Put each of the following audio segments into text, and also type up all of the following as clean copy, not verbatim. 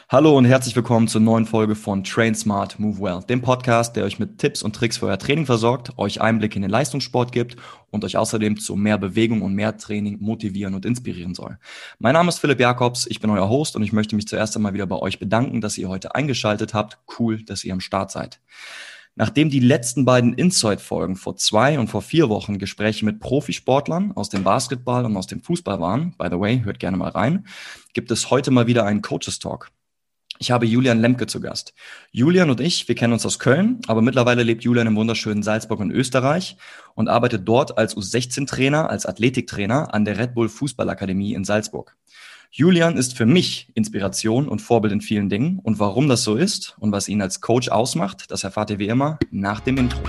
Hallo und herzlich willkommen zur neuen Folge von Train Smart, Move Well, dem Podcast, der euch mit Tipps und Tricks für euer Training versorgt, euch Einblick in den Leistungssport gibt und euch außerdem zu mehr Bewegung und mehr Training motivieren und inspirieren soll. Mein Name ist Philipp Jakobs, ich bin euer Host und ich möchte mich zuerst einmal wieder bei euch bedanken, dass ihr heute eingeschaltet habt. Cool, dass ihr am Start seid. Nachdem die letzten beiden Insight-Folgen vor 2 und vor 4 Wochen Gespräche mit Profisportlern aus dem Basketball und aus dem Fußball waren, by the way, hört gerne mal rein, gibt es heute mal wieder einen Coaches Talk. Ich habe Julian Lemke zu Gast. Julian und ich, wir kennen uns aus Köln, aber mittlerweile lebt Julian im wunderschönen Salzburg in Österreich und arbeitet dort als U16-Trainer, als Athletiktrainer an der Red Bull Fußballakademie in Salzburg. Julian ist für mich Inspiration und Vorbild in vielen Dingen. Und warum das so ist und was ihn als Coach ausmacht, das erfahrt ihr wie immer nach dem Intro.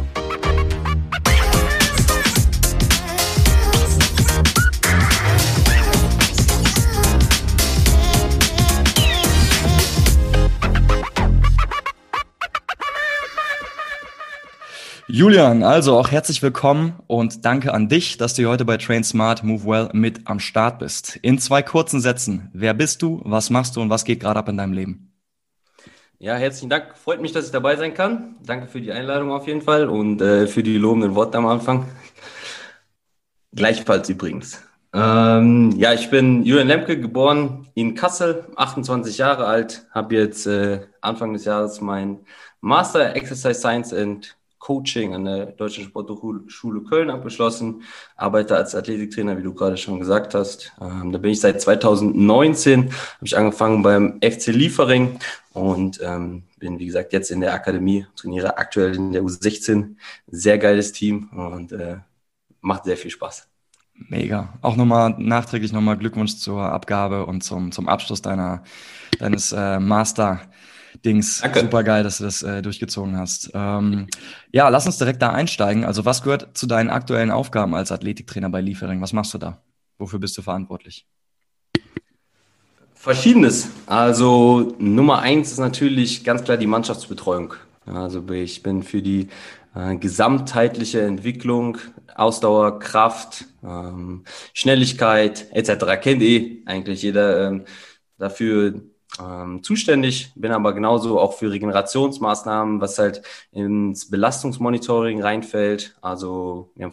Julian, also auch herzlich willkommen und danke an dich, dass du hier heute bei Train Smart, Move Well mit am Start bist. In 2 kurzen Sätzen, wer bist du, was machst du und was geht gerade ab in deinem Leben? Ja, herzlichen Dank. Freut mich, dass ich dabei sein kann. Danke für die Einladung auf jeden Fall und für die lobenden Worte am Anfang. Gleichfalls übrigens. Ja, ich bin Julian Lemke, geboren in Kassel, 28 Jahre alt, habe jetzt Anfang des Jahres mein Master Exercise Science and Coaching an der Deutschen Sporthochschule Köln abgeschlossen, arbeite als Athletiktrainer, wie du gerade schon gesagt hast. Da bin ich seit 2019, habe ich angefangen beim FC Liefering und bin, wie gesagt, jetzt in der Akademie, trainiere aktuell in der U16. Sehr geiles Team und macht sehr viel Spaß. Mega. Auch nachträglich nochmal Glückwunsch zur Abgabe und zum Abschluss deines Master-Dings. Danke. Super geil, dass du das durchgezogen hast. Ja, lass uns direkt da einsteigen. Also was gehört zu deinen aktuellen Aufgaben als Athletiktrainer bei Liefering? Was machst du da? Wofür bist du verantwortlich? Verschiedenes. Also Nummer 1 ist natürlich ganz klar die Mannschaftsbetreuung. Also ich bin für die gesamtheitliche Entwicklung, Ausdauer, Kraft, Schnelligkeit etc. Kennt eigentlich jeder dafür zuständig. Bin aber genauso auch für Regenerationsmaßnahmen, was halt ins Belastungsmonitoring reinfällt. Also wir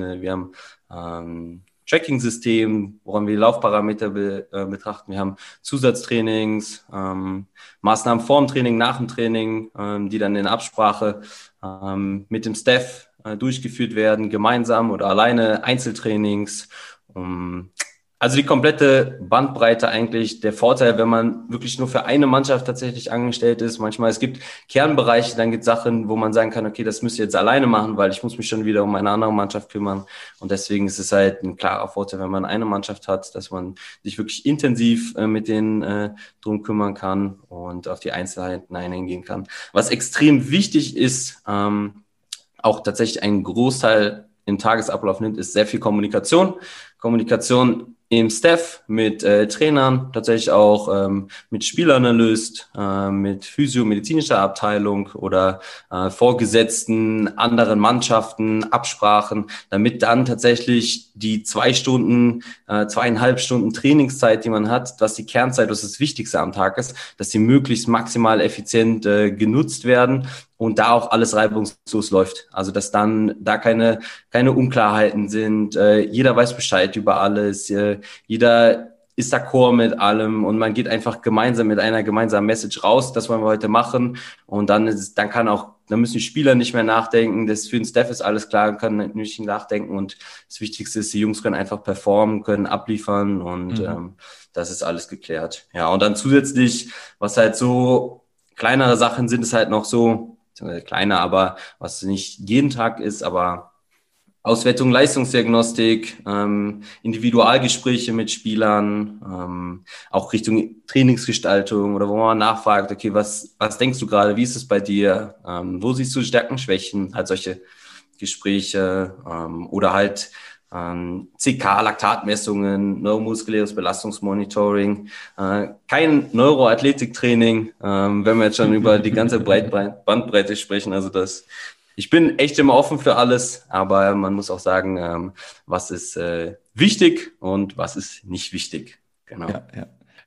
haben Tracking-System, woran wir Laufparameter betrachten. Wir haben Zusatztrainings, Maßnahmen vor dem Training, nach dem Training, die dann in Absprache mit dem Staff durchgeführt werden, gemeinsam oder alleine, Einzeltrainings. Also die komplette Bandbreite eigentlich. Der Vorteil, wenn man wirklich nur für eine Mannschaft tatsächlich angestellt ist. Manchmal, es gibt Kernbereiche, dann gibt es Sachen, wo man sagen kann, okay, das müsst ihr jetzt alleine machen, weil ich muss mich schon wieder um eine andere Mannschaft kümmern. Und deswegen ist es halt ein klarer Vorteil, wenn man eine Mannschaft hat, dass man sich wirklich intensiv mit denen drum kümmern kann und auf die Einzelheiten eingehen kann. Was extrem wichtig ist, auch tatsächlich einen Großteil im Tagesablauf nimmt, ist sehr viel Kommunikation. Kommunikation im Staff, mit Trainern, tatsächlich auch mit Spielanalyst, mit physiomedizinischer Abteilung oder Vorgesetzten, anderen Mannschaften, Absprachen, damit dann tatsächlich die 2 Stunden, 2,5 Stunden Trainingszeit, die man hat, was die Kernzeit, was das Wichtigste am Tag ist, dass die möglichst maximal effizient genutzt werden und da auch alles reibungslos läuft. Also dass dann da keine Unklarheiten sind, jeder weiß Bescheid über alles, jeder ist d'accord mit allem und man geht einfach gemeinsam mit einer gemeinsamen Message raus, das wollen wir heute machen und dann müssen die Spieler nicht mehr nachdenken, das für den Staff ist alles klar, können nicht nachdenken und das Wichtigste ist, die Jungs können einfach performen, können abliefern und das ist alles geklärt. Ja, und dann zusätzlich, was halt so kleinere Sachen sind, ist halt noch so, kleiner, aber was nicht jeden Tag ist, aber Auswertung, Leistungsdiagnostik, Individualgespräche mit Spielern, auch Richtung Trainingsgestaltung oder wo man nachfragt, okay, was denkst du gerade, wie ist es bei dir, wo siehst du Stärken, Schwächen, halt solche Gespräche oder halt CK, Laktatmessungen, neuromuskuläres Belastungsmonitoring, kein Neuroathletiktraining, wenn wir jetzt schon über die ganze Bandbreite sprechen, also ich bin echt immer offen für alles, aber man muss auch sagen, was ist wichtig und was ist nicht wichtig. Genau. Ja, ja.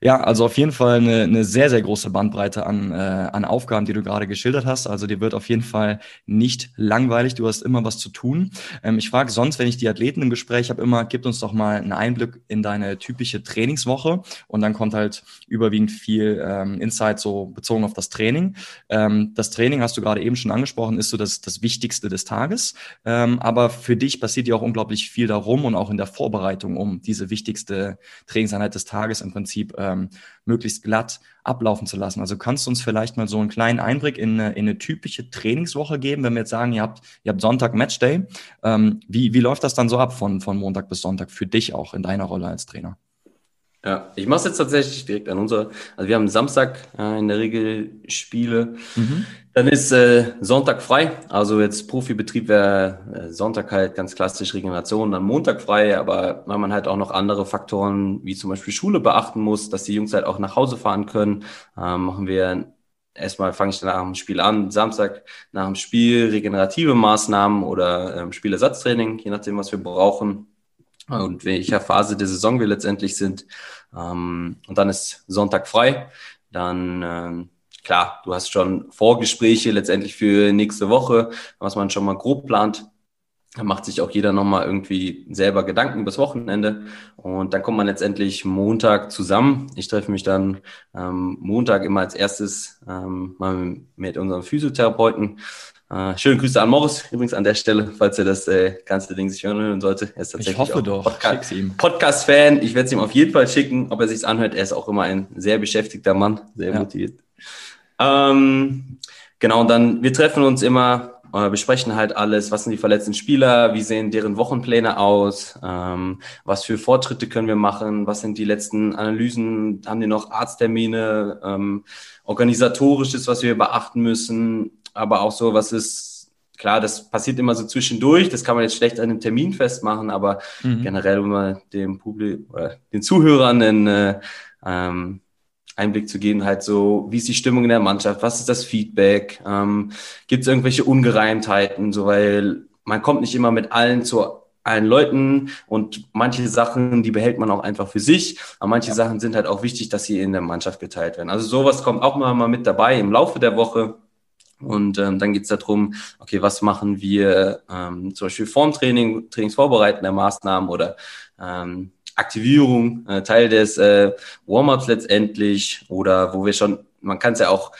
Ja, also auf jeden Fall eine sehr, sehr große Bandbreite an Aufgaben, die du gerade geschildert hast. Also dir wird auf jeden Fall nicht langweilig, du hast immer was zu tun. Ich frage sonst, wenn ich die Athleten im Gespräch habe, immer, gib uns doch mal einen Einblick in deine typische Trainingswoche und dann kommt halt überwiegend viel Insight so bezogen auf das Training. Das Training, hast du gerade eben schon angesprochen, ist so das Wichtigste des Tages. Aber für dich passiert ja auch unglaublich viel darum und auch in der Vorbereitung um diese wichtigste Trainingseinheit des Tages im Prinzip möglichst glatt ablaufen zu lassen. Also kannst du uns vielleicht mal so einen kleinen Einblick in eine typische Trainingswoche geben, wenn wir jetzt sagen, ihr habt Sonntag Matchday. Wie läuft das dann so ab von Montag bis Sonntag für dich auch in deiner Rolle als Trainer? Ja, ich mache es jetzt tatsächlich direkt an also wir haben Samstag in der Regel Spiele, Mhm. dann ist Sonntag frei, also jetzt Profibetrieb wäre Sonntag halt ganz klassisch Regeneration, dann Montag frei, aber weil man halt auch noch andere Faktoren wie zum Beispiel Schule beachten muss, dass die Jungs halt auch nach Hause fahren können, machen wir erstmal fange ich nach dem Spiel an, Samstag nach dem Spiel regenerative Maßnahmen oder Spielersatztraining, je nachdem, was wir brauchen und welcher Phase der Saison wir letztendlich sind. Und dann ist Sonntag frei. Dann, klar, du hast schon Vorgespräche letztendlich für nächste Woche, was man schon mal grob plant. Da macht sich auch jeder nochmal irgendwie selber Gedanken bis Wochenende. Und dann kommt man letztendlich Montag zusammen. Ich treffe mich dann Montag immer als erstes mal mit unserem Physiotherapeuten. Schöne Grüße an Morris, übrigens an der Stelle, falls er das ganze Ding sich hören sollte. Er ist Ich tatsächlich hoffe auch doch. Schick's ihm. Podcast-Fan. Ich werde es ihm auf jeden Fall schicken, ob er sich's anhört. Er ist auch immer ein sehr beschäftigter Mann, sehr Ja. motiviert. Genau, und dann, wir treffen uns immer, besprechen halt alles, was sind die verletzten Spieler, wie sehen deren Wochenpläne aus, was für Fortschritte können wir machen, was sind die letzten Analysen, haben die noch Arzttermine, organisatorisches, was wir beachten müssen, aber auch so, was ist, klar, das passiert immer so zwischendurch, das kann man jetzt schlecht an einem Termin festmachen, aber Mhm. generell, um mal dem Publikum, den Zuhörern Einblick zu geben, halt so, wie ist die Stimmung in der Mannschaft, was ist das Feedback, gibt es irgendwelche Ungereimtheiten, so, weil man kommt nicht immer mit allen Leuten und manche Sachen, die behält man auch einfach für sich, aber manche Ja. Sachen sind halt auch wichtig, dass sie in der Mannschaft geteilt werden. Also sowas kommt auch mal mit dabei im Laufe der Woche. Und dann geht es darum, okay, was machen wir zum Beispiel vorm Training, trainingsvorbereitende Maßnahmen oder Aktivierung, Teil des Warm-ups letztendlich oder wo wir schon, man kann es ja auch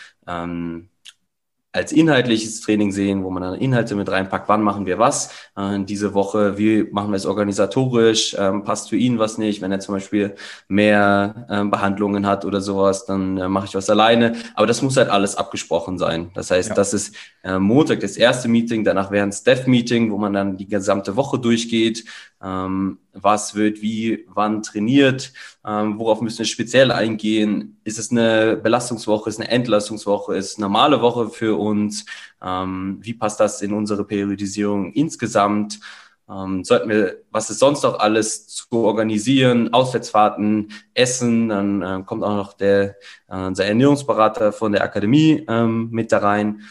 als inhaltliches Training sehen, wo man dann Inhalte mit reinpackt, wann machen wir was diese Woche, wie machen wir es organisatorisch, passt für ihn was nicht, wenn er zum Beispiel mehr Behandlungen hat oder sowas, dann mache ich was alleine, aber das muss halt alles abgesprochen sein. Das heißt, Ja. das ist Montag das erste Meeting, danach wäre ein Staff-Meeting, wo man dann die gesamte Woche durchgeht, was wird wie, wann trainiert, worauf müssen wir speziell eingehen, ist es eine Belastungswoche, ist es eine Entlastungswoche, ist es eine normale Woche für uns, wie passt das in unsere Periodisierung insgesamt, sollten wir, was ist sonst noch alles zu organisieren, Auswärtsfahrten, Essen, dann kommt auch noch unser Ernährungsberater von der Akademie mit da rein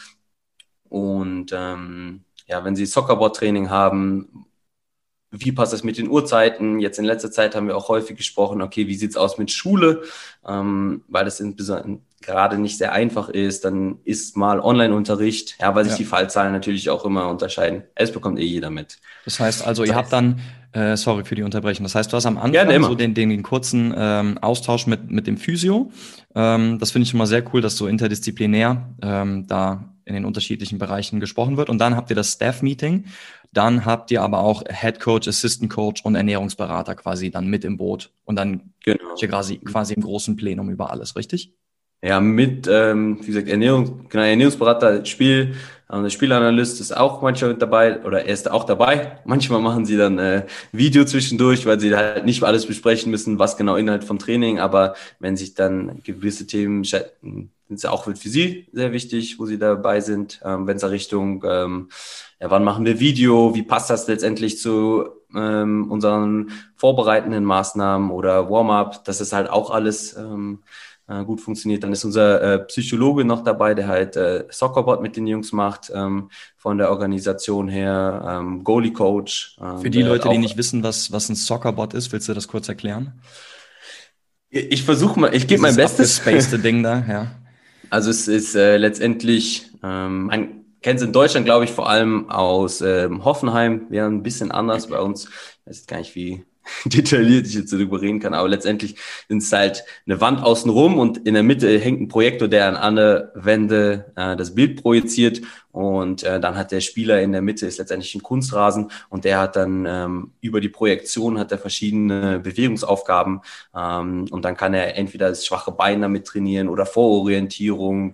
und ja, wenn Sie Soccerboard-Training haben, wie passt das mit den Uhrzeiten? Jetzt in letzter Zeit haben wir auch häufig gesprochen, okay, wie sieht's aus mit Schule? Weil das gerade nicht sehr einfach ist. Dann ist mal Online-Unterricht, ja, weil sich Ja. die Fallzahlen natürlich auch immer unterscheiden. Es bekommt jeder mit. Das heißt also, Das ihr habt heißt, dann, sorry für die Unterbrechung, das heißt, du hast am gerne Anfang so immer. den kurzen Austausch mit dem Physio. Das finde ich schon mal sehr cool, dass so interdisziplinär da in den unterschiedlichen Bereichen gesprochen wird. Und dann habt ihr das Staff-Meeting. Dann habt ihr aber auch Head Coach, Assistant Coach und Ernährungsberater quasi dann mit im Boot. Und dann Genau. hier quasi im großen Plenum über alles, richtig? Ja, wie gesagt, genau, Ernährungsberater, der Spielanalyst ist auch manchmal mit dabei oder er ist auch dabei. Manchmal machen sie dann Video zwischendurch, weil sie halt nicht alles besprechen müssen, was genau Inhalt vom Training, aber wenn sich dann gewisse Themen, sind es auch für sie sehr wichtig, wo sie dabei sind, wenn es da Richtung, ja, wann machen wir Video, wie passt das letztendlich zu unseren vorbereitenden Maßnahmen oder Warm-up, das ist halt auch alles gut funktioniert. Dann ist unser Psychologe noch dabei, der halt Soccerboard mit den Jungs macht, von der Organisation her, Goalie-Coach, Für die der halt Leute, die auch nicht wissen, was ein Soccerbot ist, willst du das kurz erklären? Ich gebe mein Bestes. Abgespacede Ding da, ja. Also es ist letztendlich, man kennt es in Deutschland, glaube ich, vor allem aus Hoffenheim, wäre ein bisschen anders bei uns. Ich weiß jetzt gar nicht, wie detailliert ich jetzt darüber reden kann, aber letztendlich sind es halt eine Wand außenrum und in der Mitte hängt ein Projektor, der an alle Wände das Bild projiziert und dann hat der Spieler in der Mitte ist letztendlich ein Kunstrasen und der hat dann über die Projektion hat er verschiedene Bewegungsaufgaben und dann kann er entweder das schwache Bein damit trainieren oder Vororientierung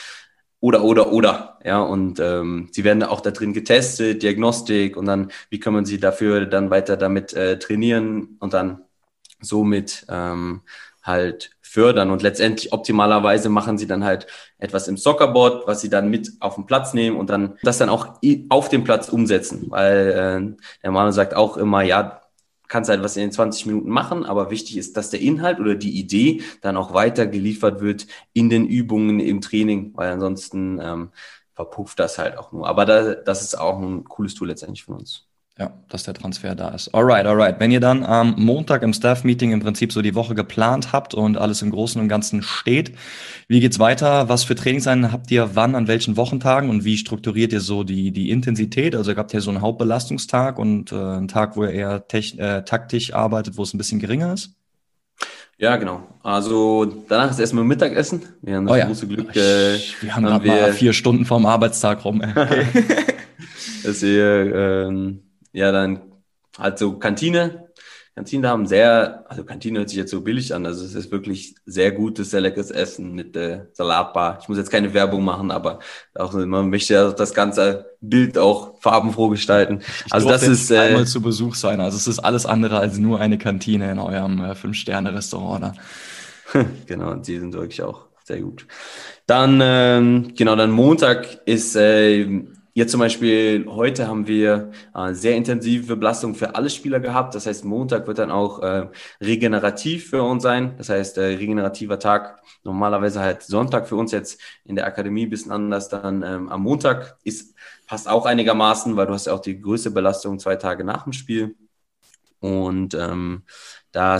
oder. Ja, und sie werden auch da drin getestet, Diagnostik und dann, wie kann man sie dafür dann weiter damit trainieren und dann somit halt fördern. Und letztendlich optimalerweise machen sie dann halt etwas im Soccerboard, was sie dann mit auf den Platz nehmen und dann das dann auch auf dem Platz umsetzen. Weil der Manu sagt auch immer, ja, kannst halt was in den 20 Minuten machen, aber wichtig ist, dass der Inhalt oder die Idee dann auch weiter geliefert wird in den Übungen, im Training, weil ansonsten verpufft das halt auch nur. Aber das ist auch ein cooles Tool letztendlich von uns. Ja, dass der Transfer da ist. Alright. Wenn ihr dann am Montag im Staff-Meeting im Prinzip so die Woche geplant habt und alles im Großen und Ganzen steht, wie geht's weiter? Was für Trainingseinheiten habt ihr wann, an welchen Wochentagen und wie strukturiert ihr so die Intensität? Also habt ihr so einen Hauptbelastungstag und einen Tag, wo ihr eher taktisch arbeitet, wo es ein bisschen geringer ist? Ja, genau. Also danach ist erstmal Mittagessen. Wir haben das große Glück. Wir haben gerade mal 4 Stunden vorm Arbeitstag rum. Okay. Dass wir ja dann halt so Kantine haben also Kantine hört sich jetzt so billig an, also es ist wirklich sehr gutes, sehr leckeres Essen mit Salatbar. Ich muss jetzt keine Werbung machen, aber auch man möchte ja das ganze Bild auch farbenfroh gestalten. Also das ist einmal zu Besuch sein, also es ist alles andere als nur eine Kantine in eurem 5-Sterne-Restaurant da. Genau, die sind wirklich auch sehr gut. Dann dann Montag ist jetzt zum Beispiel, heute haben wir sehr intensive Belastung für alle Spieler gehabt. Das heißt, Montag wird dann auch regenerativ für uns sein. Das heißt, regenerativer Tag. Normalerweise halt Sonntag für uns jetzt in der Akademie ein bisschen anders. Dann am Montag passt auch einigermaßen, weil du hast ja auch die größte Belastung 2 Tage nach dem Spiel. Und da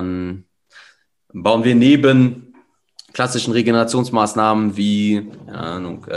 bauen wir neben klassischen Regenerationsmaßnahmen wie, keine Ahnung,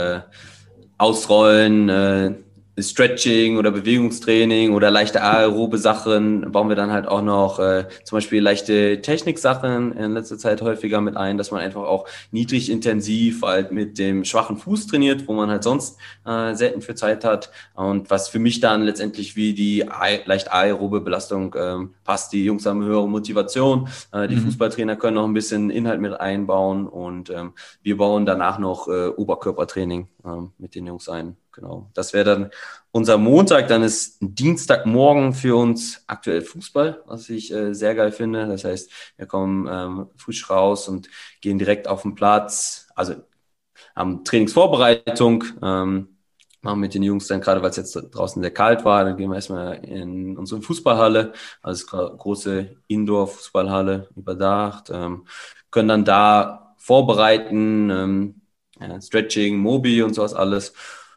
Ausrollen, Stretching oder Bewegungstraining oder leichte aerobe Sachen, bauen wir dann halt auch noch zum Beispiel leichte Techniksachen in letzter Zeit häufiger mit ein, dass man einfach auch niedrig intensiv halt mit dem schwachen Fuß trainiert, wo man halt sonst selten für Zeit hat und was für mich dann letztendlich wie die leicht aerobe Belastung passt. Die Jungs haben eine höhere Motivation, die Fußballtrainer können noch ein bisschen Inhalt mit einbauen und wir bauen danach noch Oberkörpertraining mit den Jungs ein. Genau, das wäre dann unser Montag. Dann ist Dienstagmorgen für uns aktuell Fußball, was ich sehr geil finde. Das heißt, wir kommen frisch raus und gehen direkt auf den Platz. Also haben Trainingsvorbereitung, machen mit den Jungs dann gerade, weil es jetzt draußen sehr kalt war, dann gehen wir erstmal in unsere Fußballhalle, also große Indoor-Fußballhalle überdacht, können dann da vorbereiten, Stretching, Mobi und sowas alles.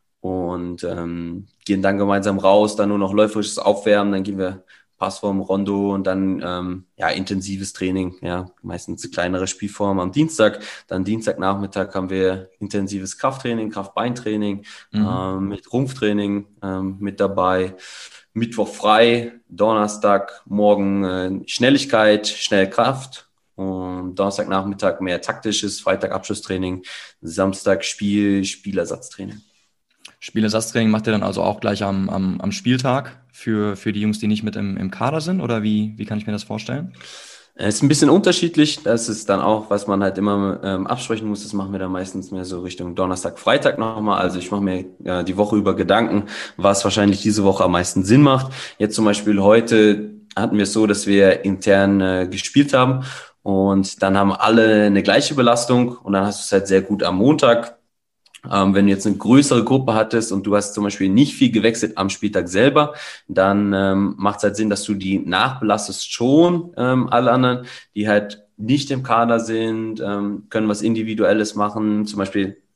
Und gehen dann gemeinsam raus, dann nur noch läuferisches Aufwärmen, dann gehen wir Passform, Rondo und dann intensives Training, meistens kleinere Spielformen am Dienstag. Dann Dienstagnachmittag haben wir intensives Krafttraining, Kraft-Beintraining mit Rumpftraining mit dabei. Mittwoch frei, Donnerstag morgen Schnelligkeit, Schnellkraft. Und Donnerstagnachmittag mehr taktisches, Freitag Abschlusstraining, Samstag Spielersatztraining. Spielersatztraining macht ihr dann also auch gleich am Spieltag für die Jungs, die nicht mit im Kader sind? Oder wie kann ich mir das vorstellen? Es ist ein bisschen unterschiedlich. Das ist dann auch, was man halt immer absprechen muss. Das machen wir dann meistens mehr so Richtung Donnerstag, Freitag nochmal. Also ich mache mir die Woche über Gedanken, was wahrscheinlich diese Woche am meisten Sinn macht. Jetzt zum Beispiel heute hatten wir es so, dass wir intern gespielt haben und dann haben alle eine gleiche Belastung und dann hast du es halt sehr gut am Montag. Wenn du jetzt eine größere Gruppe hattest und du hast zum Beispiel nicht viel gewechselt am Spieltag selber, dann macht es halt Sinn, dass du die nachbelastest schon, alle anderen, die halt nicht im Kader sind, können was Individuelles machen, zum Beispiel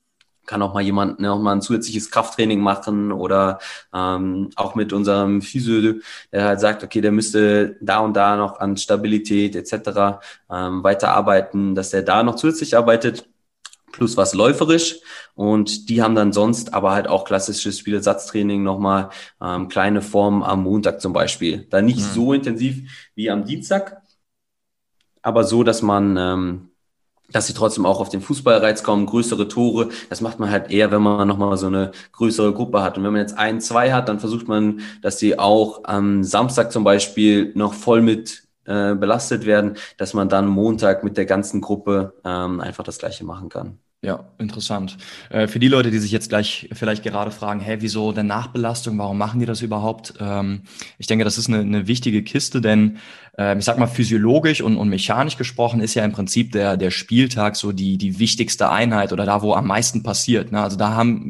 kann auch mal jemand noch mal ein zusätzliches Krafttraining machen oder auch mit unserem Physio, der halt sagt, okay, der müsste da und da noch an Stabilität etc. Weiterarbeiten, dass der da noch zusätzlich arbeitet, plus was läuferisch. Und die haben dann sonst aber halt auch klassisches Spielersatztraining nochmal, kleine Formen am Montag zum Beispiel. Da nicht so intensiv wie am Dienstag, aber so, dass sie trotzdem auch auf den Fußballreiz kommen, größere Tore. Das macht man halt eher, wenn man nochmal so eine größere Gruppe hat. Und wenn man jetzt 1, 2 hat, dann versucht man, dass die auch am Samstag zum Beispiel noch voll mit belastet werden, dass man dann Montag mit der ganzen Gruppe einfach das Gleiche machen kann. Ja, interessant. Für die Leute, die sich jetzt gleich vielleicht gerade fragen, hey, wieso denn Nachbelastung? Warum machen die das überhaupt? Ich denke, das ist eine wichtige Kiste, denn ich sag mal, physiologisch und mechanisch gesprochen ist ja im Prinzip der Spieltag so die wichtigste Einheit oder da, wo am meisten passiert. Ne? Also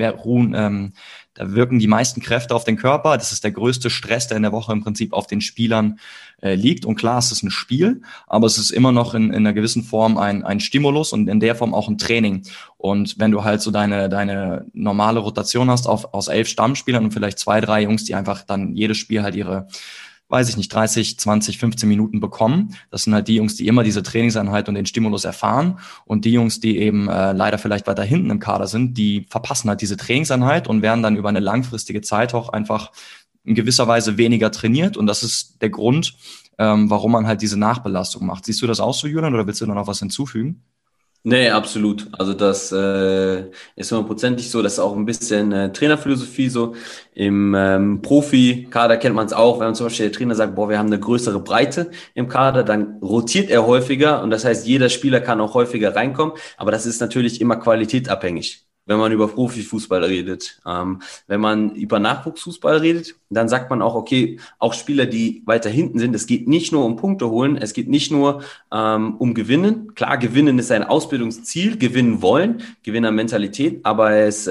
da wirken die meisten Kräfte auf den Körper. Das ist der größte Stress, der in der Woche im Prinzip auf den Spielern liegt. Und klar, es ist ein Spiel, aber es ist immer noch in einer gewissen Form ein Stimulus und in der Form auch ein Training. Und wenn du halt so deine normale Rotation hast aus 11 Stammspielern und vielleicht 2, 3 Jungs, die einfach dann jedes Spiel halt ihre, weiß ich nicht, 30, 20, 15 Minuten bekommen. Das sind halt die Jungs, die immer diese Trainingseinheit und den Stimulus erfahren. Und die Jungs, die eben leider vielleicht weiter hinten im Kader sind, die verpassen halt diese Trainingseinheit und werden dann über eine langfristige Zeit auch einfach in gewisser Weise weniger trainiert. Und das ist der Grund, warum man halt diese Nachbelastung macht. Siehst du das auch so, Julian, oder willst du da noch was hinzufügen? Nee, absolut. Also das ist 100%ig so. Das ist auch ein bisschen Trainerphilosophie so. Im Profi-Kader kennt man es auch. Wenn man zum Beispiel der Trainer sagt, boah, wir haben eine größere Breite im Kader, dann rotiert er häufiger und das heißt, jeder Spieler kann auch häufiger reinkommen. Aber das ist natürlich immer qualitätsabhängig, wenn man über Profifußball redet. Wenn man über Nachwuchsfußball redet, dann sagt man auch, okay, auch Spieler, die weiter hinten sind, es geht nicht nur um Punkte holen, es geht nicht nur um Gewinnen. Klar, Gewinnen ist ein Ausbildungsziel, gewinnen wollen, Gewinnermentalität, aber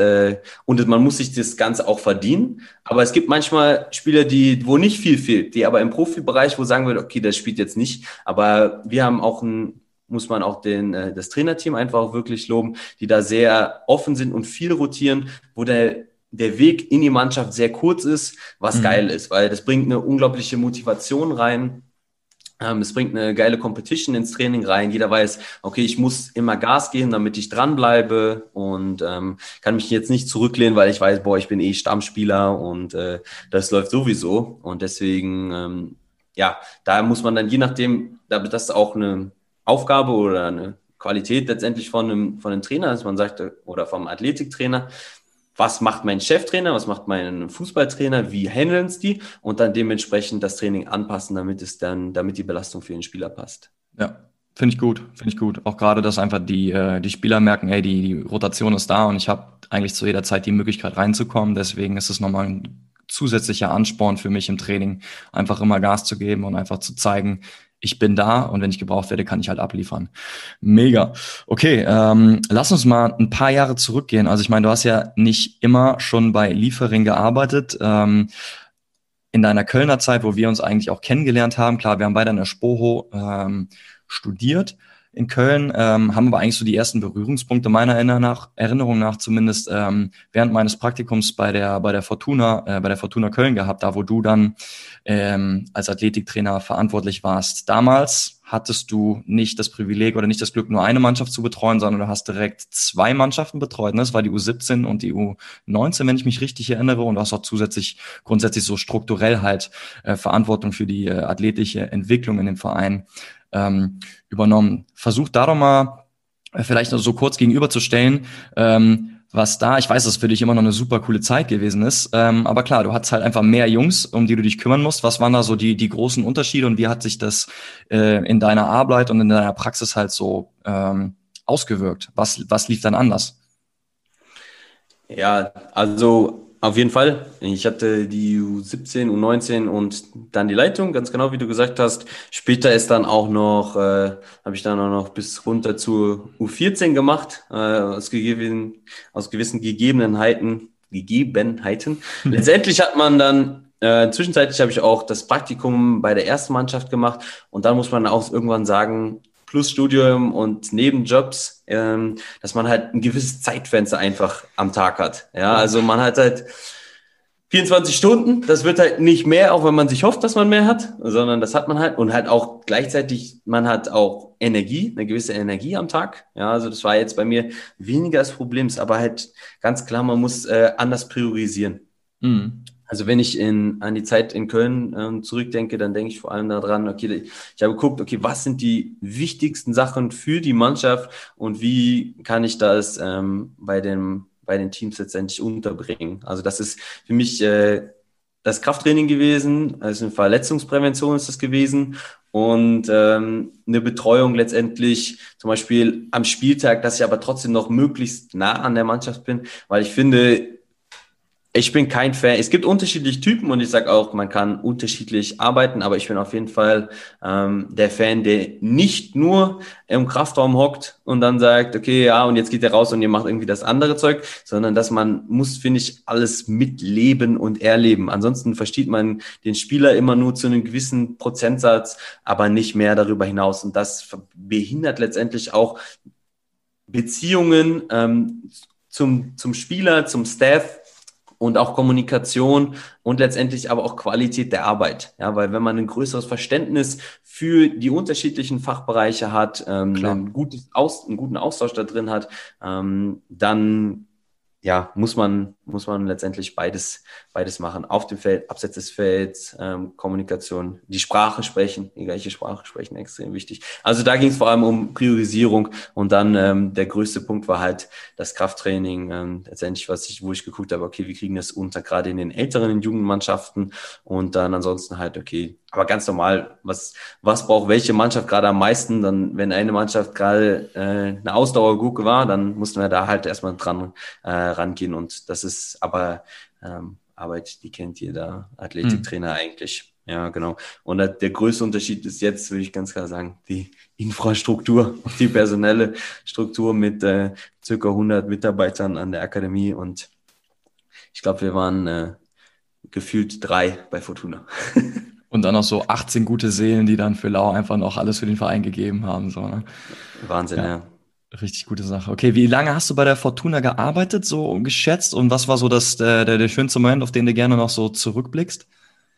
und man muss sich das Ganze auch verdienen. Aber es gibt manchmal Spieler, wo nicht viel fehlt, die aber im Profibereich, wo sagen würde, okay, das spielt jetzt nicht. Aber wir haben auch muss man auch das Trainerteam einfach auch wirklich loben, die da sehr offen sind und viel rotieren, wo der Weg in die Mannschaft sehr kurz ist, was geil ist, weil das bringt eine unglaubliche Motivation rein. Es bringt eine geile Competition ins Training rein. Jeder weiß, okay, ich muss immer Gas geben, damit ich dranbleibe und kann mich jetzt nicht zurücklehnen, weil ich weiß, boah, ich bin eh Stammspieler und das läuft sowieso. Und deswegen, ja, da muss man dann je nachdem, damit das auch eine Aufgabe oder eine Qualität letztendlich von einem Trainer, dass man sagt, oder vom Athletiktrainer, was macht mein Cheftrainer, was macht mein Fußballtrainer, wie handeln es die und dann dementsprechend das Training anpassen, damit die Belastung für den Spieler passt. Ja, finde ich gut, finde ich gut. Auch gerade, dass einfach die Spieler merken, ey, die Rotation ist da und ich habe eigentlich zu jeder Zeit die Möglichkeit reinzukommen. Deswegen ist es nochmal ein zusätzlicher Ansporn für mich im Training, einfach immer Gas zu geben und einfach zu zeigen, ich bin da und wenn ich gebraucht werde, kann ich halt abliefern. Mega. Okay, lass uns mal ein paar Jahre zurückgehen. Also ich meine, du hast ja nicht immer schon bei Liefering gearbeitet. In deiner Kölner Zeit, wo wir uns eigentlich auch kennengelernt haben, klar, wir haben beide an der Spoho studiert in Köln, haben aber eigentlich so die ersten Berührungspunkte meiner Erinnerung nach zumindest während meines Praktikums bei der Fortuna Köln gehabt, da wo du dann als Athletiktrainer verantwortlich warst. Damals hattest du nicht das Privileg oder nicht das Glück, nur eine Mannschaft zu betreuen, sondern du hast direkt 2 Mannschaften betreut. Ne? Das war die U17 und die U19, wenn ich mich richtig erinnere. Und du hast auch grundsätzlich so strukturell halt Verantwortung für die athletische Entwicklung in dem Verein übernommen. Versuch da doch mal vielleicht noch so kurz gegenüberzustellen, was da, ich weiß, dass für dich immer noch eine super coole Zeit gewesen ist, aber klar, du hattest halt einfach mehr Jungs, um die du dich kümmern musst. Was waren da so die großen Unterschiede und wie hat sich das in deiner Arbeit und in deiner Praxis halt so ausgewirkt? Was lief dann anders? Ja, also auf jeden Fall. Ich hatte die U17, U19 und dann die Leitung, ganz genau wie du gesagt hast. Später ist dann auch noch, habe ich dann auch noch bis runter zur U14 gemacht, aus gewissen Gegebenheiten. Letztendlich hat man dann, zwischenzeitlich habe ich auch das Praktikum bei der ersten Mannschaft gemacht und dann muss man auch irgendwann sagen, plus Studium und Nebenjobs, dass man halt ein gewisses Zeitfenster einfach am Tag hat. Ja, also man hat halt 24 Stunden, das wird halt nicht mehr, auch wenn man sich hofft, dass man mehr hat, sondern das hat man halt und halt auch gleichzeitig, man hat auch Energie, eine gewisse Energie am Tag. Ja, also das war jetzt bei mir weniger das Problem, ist aber halt ganz klar, man muss anders priorisieren. Mhm. Also wenn ich an die Zeit in Köln zurückdenke, dann denke ich vor allem daran, okay, ich habe geguckt, okay, was sind die wichtigsten Sachen für die Mannschaft und wie kann ich das bei den Teams letztendlich unterbringen. Also das ist für mich das Krafttraining gewesen, also eine Verletzungsprävention ist das gewesen und eine Betreuung letztendlich zum Beispiel am Spieltag, dass ich aber trotzdem noch möglichst nah an der Mannschaft bin, weil ich finde, ich bin kein Fan. Es gibt unterschiedliche Typen und ich sage auch, man kann unterschiedlich arbeiten, aber ich bin auf jeden Fall der Fan, der nicht nur im Kraftraum hockt und dann sagt, okay, ja, und jetzt geht er raus und ihr macht irgendwie das andere Zeug, sondern dass man muss, finde ich, alles mitleben und erleben. Ansonsten versteht man den Spieler immer nur zu einem gewissen Prozentsatz, aber nicht mehr darüber hinaus. Und das behindert letztendlich auch Beziehungen zum Spieler, zum Staff und auch Kommunikation und letztendlich aber auch Qualität der Arbeit. Ja, weil wenn man ein größeres Verständnis für die unterschiedlichen Fachbereiche hat, einen guten Austausch da drin hat, dann ja, muss man letztendlich beides machen. Auf dem Feld, abseits des Felds, Kommunikation, die Sprache sprechen, die gleiche Sprache sprechen, extrem wichtig. Also da ging es vor allem um Priorisierung und dann der größte Punkt war halt das Krafttraining, letztendlich, wo ich geguckt habe, okay, wie kriegen das unter, gerade in den älteren Jugendmannschaften und dann ansonsten halt, okay, aber ganz normal, was braucht welche Mannschaft gerade am meisten? Dann, wenn eine Mannschaft gerade eine Ausdauergurke war, dann mussten wir da halt erstmal dran rangehen. Und das ist aber Arbeit, die kennt jeder Athletiktrainer eigentlich. Ja, genau. Und der größte Unterschied ist jetzt, würde ich ganz klar sagen, die Infrastruktur, die personelle Struktur mit circa 100 Mitarbeitern an der Akademie. Und ich glaube, wir waren gefühlt 3 bei Fortuna. Und dann noch so 18 gute Seelen, die dann für Lau einfach noch alles für den Verein gegeben haben. So, ne? Wahnsinn, ja. Richtig gute Sache. Okay, wie lange hast du bei der Fortuna gearbeitet, so geschätzt? Und was war so der schönste Moment, auf den du gerne noch so zurückblickst?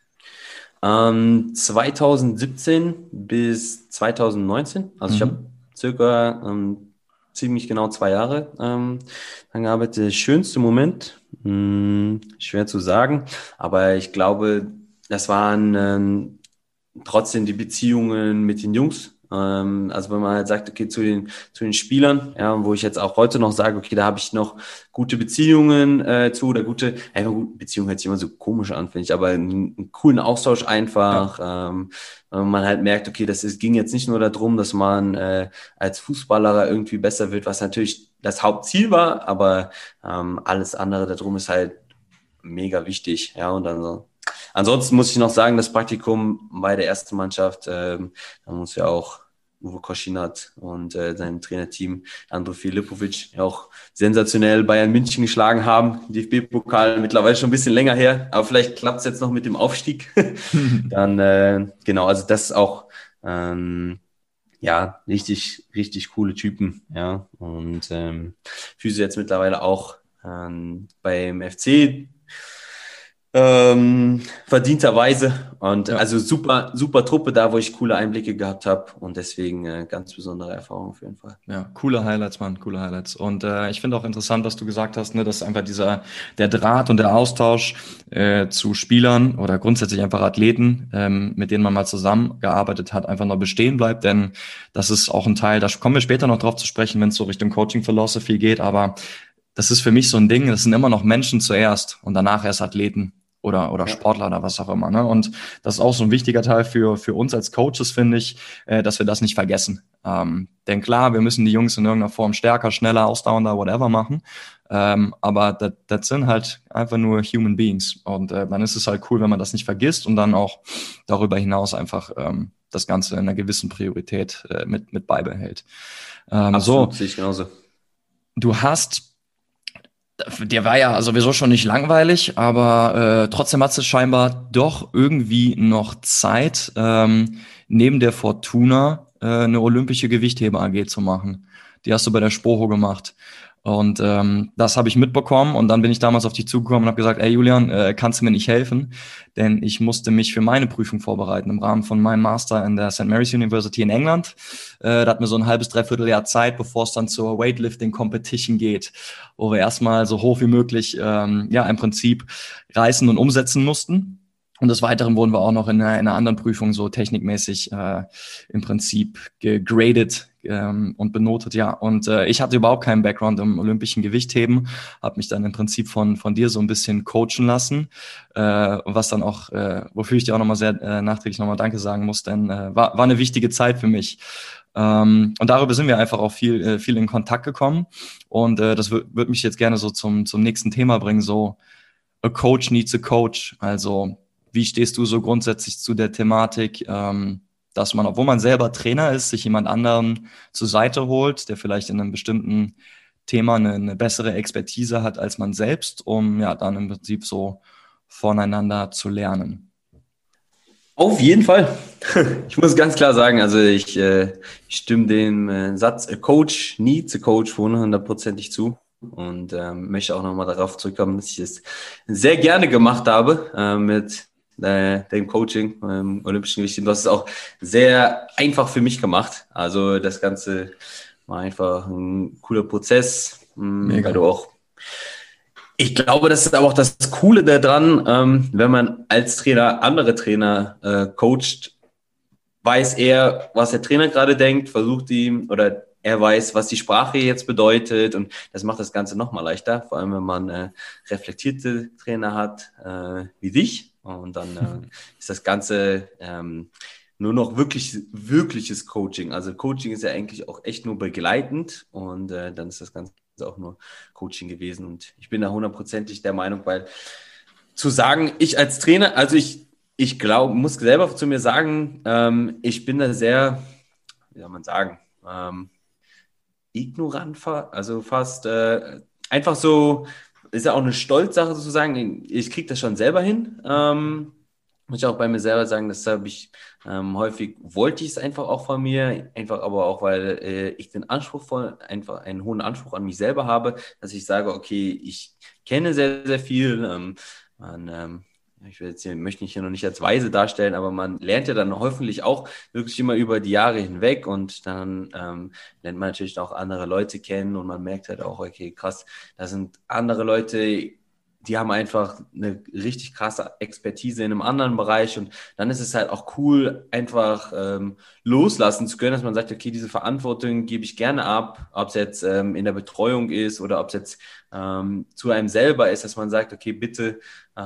2017 bis 2019. Also ich habe circa ziemlich genau 2 Jahre dann gearbeitet. Der schönste Moment, schwer zu sagen, aber ich glaube, das waren trotzdem die Beziehungen mit den Jungs. Also wenn man halt sagt, okay, zu den Spielern, ja, wo ich jetzt auch heute noch sage, okay, da habe ich noch gute Beziehungen oder gute Beziehungen hört sich immer so komisch an, finde ich, aber einen coolen Austausch einfach. Ja. Man halt merkt, okay, ging jetzt nicht nur darum, dass man als Fußballer irgendwie besser wird, was natürlich das Hauptziel war, aber alles andere darum ist halt mega wichtig, ja, und dann so. Ansonsten muss ich noch sagen, das Praktikum bei der ersten Mannschaft, da muss ja auch Uwe Koschinat und sein Trainerteam Andro Filipovic auch sensationell Bayern München geschlagen haben. DFB-Pokal mittlerweile schon ein bisschen länger her, aber vielleicht klappt es jetzt noch mit dem Aufstieg. Dann, genau, also das ist auch ja, richtig, richtig coole Typen, ja. Und Füße jetzt mittlerweile auch beim FC verdienterweise und also super Truppe da, wo ich coole Einblicke gehabt habe und deswegen ganz besondere Erfahrung auf jeden Fall. Ja, coole Highlights, Mann, coole Highlights. Und ich finde auch interessant, was du gesagt hast, ne, dass einfach der Draht und der Austausch zu Spielern oder grundsätzlich einfach Athleten, mit denen man mal zusammengearbeitet hat, einfach noch bestehen bleibt, denn das ist auch ein Teil, da kommen wir später noch drauf zu sprechen, wenn es so Richtung Coaching Philosophy geht, aber das ist für mich so ein Ding, das sind immer noch Menschen zuerst und danach erst Athleten oder Sportler oder was auch immer. Ne? Und das ist auch so ein wichtiger Teil für uns als Coaches, finde ich, dass wir das nicht vergessen. Denn klar, wir müssen die Jungs in irgendeiner Form stärker, schneller, ausdauernder, whatever machen. Aber das sind halt einfach nur Human Beings. Und dann ist es halt cool, wenn man das nicht vergisst und dann auch darüber hinaus einfach das Ganze in einer gewissen Priorität mit beibehält. Absolut, sehe ich genauso. Dir war ja sowieso schon nicht langweilig, aber trotzdem hat es scheinbar doch irgendwie noch Zeit, neben der Fortuna eine olympische Gewichtheber-AG zu machen. Die hast du bei der Spoho gemacht. Und das habe ich mitbekommen und dann bin ich damals auf dich zugekommen und habe gesagt, ey Julian, kannst du mir nicht helfen? Denn ich musste mich für meine Prüfung vorbereiten im Rahmen von meinem Master in der St. Mary's University in England. Da hatten wir so ein halbes, dreiviertel Jahr Zeit, bevor es dann zur Weightlifting Competition geht, wo wir erstmal so hoch wie möglich im Prinzip reißen und umsetzen mussten. Und des Weiteren wurden wir auch noch in einer anderen Prüfung so technikmäßig im Prinzip gegradet und benotet, ja. Und ich hatte überhaupt keinen Background im olympischen Gewichtheben, habe mich dann im Prinzip von dir so ein bisschen coachen lassen, was dann auch, wofür ich dir auch nochmal sehr nachträglich nochmal Danke sagen muss, denn war eine wichtige Zeit für mich. Und darüber sind wir einfach auch viel in Kontakt gekommen. Und das wird mich jetzt gerne so zum nächsten Thema bringen, so a coach needs a coach, also wie stehst du so grundsätzlich zu der Thematik, dass man, obwohl man selber Trainer ist, sich jemand anderen zur Seite holt, der vielleicht in einem bestimmten Thema eine bessere Expertise hat als man selbst, um ja dann im Prinzip so voneinander zu lernen? Auf jeden Fall. Ich muss ganz klar sagen, also ich stimme dem Satz, a coach needs a coach 100%ig zu. Und möchte auch nochmal darauf zurückkommen, dass ich es sehr gerne gemacht habe mit dem Coaching Olympischen Gewichtheben. Du hast es auch sehr einfach für mich gemacht. Also das Ganze war einfach ein cooler Prozess, weil du auch, ich glaube, das ist aber auch das Coole daran, wenn man als Trainer andere Trainer coacht, weiß er, was der Trainer gerade denkt, versucht ihm oder er weiß, was die Sprache jetzt bedeutet und das macht das Ganze nochmal leichter, vor allem wenn man reflektierte Trainer hat wie dich und dann ist das Ganze nur noch wirkliches Coaching. Also Coaching ist ja eigentlich auch echt nur begleitend und dann ist das Ganze auch nur Coaching gewesen und ich bin da 100%ig der Meinung, weil zu sagen, ich als Trainer, also ich glaube, muss selber zu mir sagen, ich bin da sehr, wie soll man sagen, ignorant, also fast einfach so, ist ja auch eine Stolzsache sozusagen, ich kriege das schon selber hin. Muss ich auch bei mir selber sagen, das habe ich häufig, wollte ich es einfach auch von mir, einfach aber auch, weil ich einfach einen hohen Anspruch an mich selber habe, dass ich sage, okay, ich kenne sehr, sehr viel, ich möchte mich hier noch nicht als weise darstellen, aber man lernt ja dann hoffentlich auch wirklich immer über die Jahre hinweg und dann lernt man natürlich auch andere Leute kennen und man merkt halt auch, okay, krass, da sind andere Leute, die haben einfach eine richtig krasse Expertise in einem anderen Bereich und dann ist es halt auch cool, einfach loslassen zu können, dass man sagt, okay, diese Verantwortung gebe ich gerne ab, ob es jetzt in der Betreuung ist oder ob es jetzt zu einem selber ist, dass man sagt, okay, bitte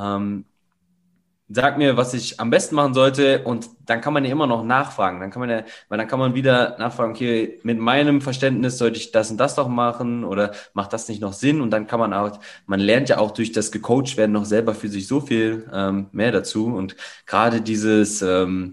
sag mir, was ich am besten machen sollte und dann kann man ja immer noch nachfragen. Dann kann man wieder nachfragen, okay, mit meinem Verständnis sollte ich das und das doch machen oder macht das nicht noch Sinn? Und dann kann man lernt ja auch durch das gecoacht werden noch selber für sich so viel mehr dazu und gerade dieses,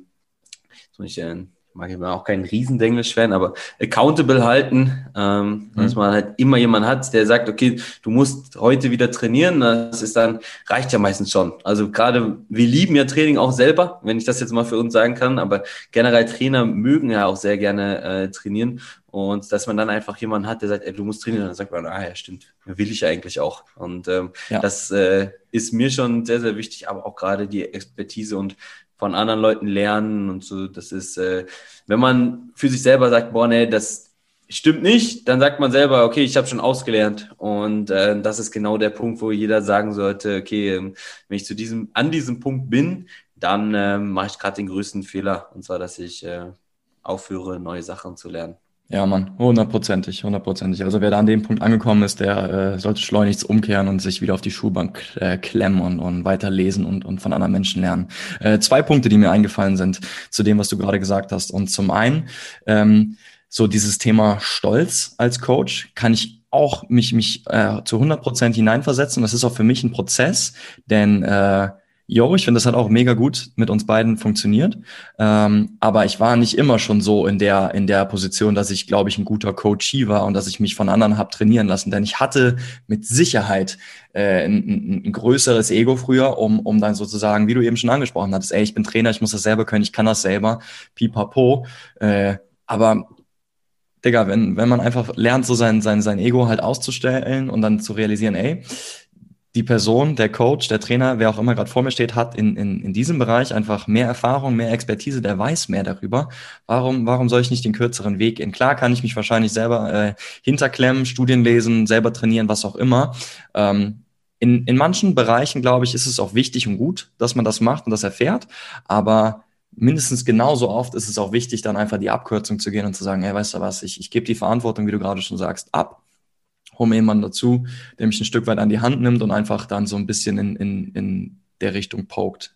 mag ich auch keinen Riesendenglisch-Fan, aber accountable halten, dass man halt immer jemanden hat, der sagt, okay, du musst heute wieder trainieren, reicht ja meistens schon. Also gerade, wir lieben ja Training auch selber, wenn ich das jetzt mal für uns sagen kann, aber generell Trainer mögen ja auch sehr gerne trainieren und dass man dann einfach jemanden hat, der sagt, ey, du musst trainieren, und dann sagt man, ja, stimmt, will ich ja eigentlich auch. Und das ist mir schon sehr, sehr wichtig, aber auch gerade die Expertise und von anderen Leuten lernen und so, das ist, wenn man für sich selber sagt, boah, nee, das stimmt nicht, dann sagt man selber, okay, ich habe schon ausgelernt und das ist genau der Punkt, wo jeder sagen sollte, okay, wenn ich an diesem Punkt bin, dann mache ich gerade den größten Fehler und zwar, dass ich aufhöre, neue Sachen zu lernen. Ja, Mann, hundertprozentig. Also wer da an dem Punkt angekommen ist, der sollte schleunigst umkehren und sich wieder auf die Schulbank klemmen und weiter lesen und von anderen Menschen lernen. 2 Punkte, die mir eingefallen sind zu dem, was du gerade gesagt hast. Und zum einen, so dieses Thema Stolz als Coach kann ich auch mich zu 100% hineinversetzen. Das ist auch für mich ein Prozess, denn ich finde, das hat auch mega gut mit uns beiden funktioniert. Aber ich war nicht immer schon so in der Position, dass ich, glaube ich, ein guter Coachee war und dass ich mich von anderen habe trainieren lassen. Denn ich hatte mit Sicherheit ein größeres Ego früher, um dann sozusagen, wie du eben schon angesprochen hattest, ey, ich bin Trainer, ich muss das selber können, ich kann das selber, pipapo. Aber Digga, wenn man einfach lernt, so sein Ego halt auszustellen und dann zu realisieren, ey, die Person, der Coach, der Trainer, wer auch immer gerade vor mir steht, hat in diesem Bereich einfach mehr Erfahrung, mehr Expertise, der weiß mehr darüber. Warum soll ich nicht den kürzeren Weg gehen? Klar kann ich mich wahrscheinlich selber hinterklemmen, Studien lesen, selber trainieren, was auch immer. In manchen Bereichen, glaube ich, ist es auch wichtig und gut, dass man das macht und das erfährt. Aber mindestens genauso oft ist es auch wichtig, dann einfach die Abkürzung zu gehen und zu sagen, ey, weißt du was, ich gebe die Verantwortung, wie du gerade schon sagst, ab, hol mir jemanden dazu, der mich ein Stück weit an die Hand nimmt und einfach dann so ein bisschen in der Richtung pokt.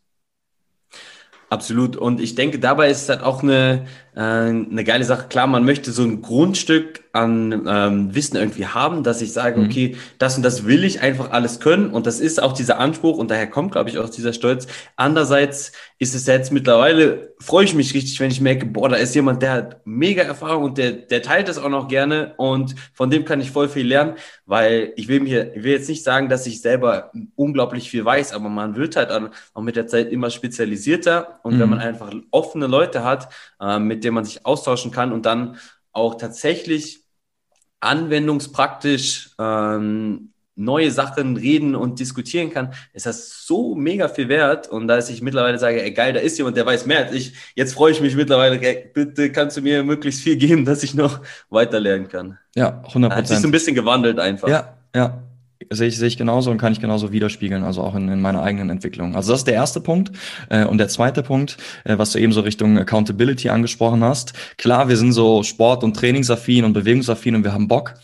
Absolut. Und ich denke, dabei ist es halt auch eine geile Sache. Klar, man möchte so ein Grundstück an Wissen irgendwie haben, dass ich sage, Mhm. okay, das und das will ich einfach alles können. Und das ist auch dieser Anspruch und daher kommt, glaube ich, auch dieser Stolz. Andererseits ist es jetzt mittlerweile, freue ich mich richtig, wenn ich merke, boah, da ist jemand, der hat mega Erfahrung und der teilt das auch noch gerne und von dem kann ich voll viel lernen, weil ich will jetzt nicht sagen, dass ich selber unglaublich viel weiß, aber man wird halt auch mit der Zeit immer spezialisierter und wenn man Mhm. einfach offene Leute hat, mit denen man sich austauschen kann und dann auch tatsächlich anwendungspraktisch neue Sachen reden und diskutieren kann, ist das so mega viel wert. Und dass ich mittlerweile sage, ey geil, da ist jemand, der weiß mehr als ich. Jetzt freue ich mich mittlerweile, ey, bitte kannst du mir möglichst viel geben, dass ich noch weiter lernen kann. Ja, hundert Hat sich so ein Prozent. bisschen gewandelt einfach. Ja. Sehe ich genauso und kann ich genauso widerspiegeln, also auch in meiner eigenen Entwicklung. Also das ist der erste Punkt. Und der zweite Punkt, was du eben so Richtung Accountability angesprochen hast. Klar, wir sind so Sport- und Trainingsaffin und Bewegungsaffin und wir haben Bock.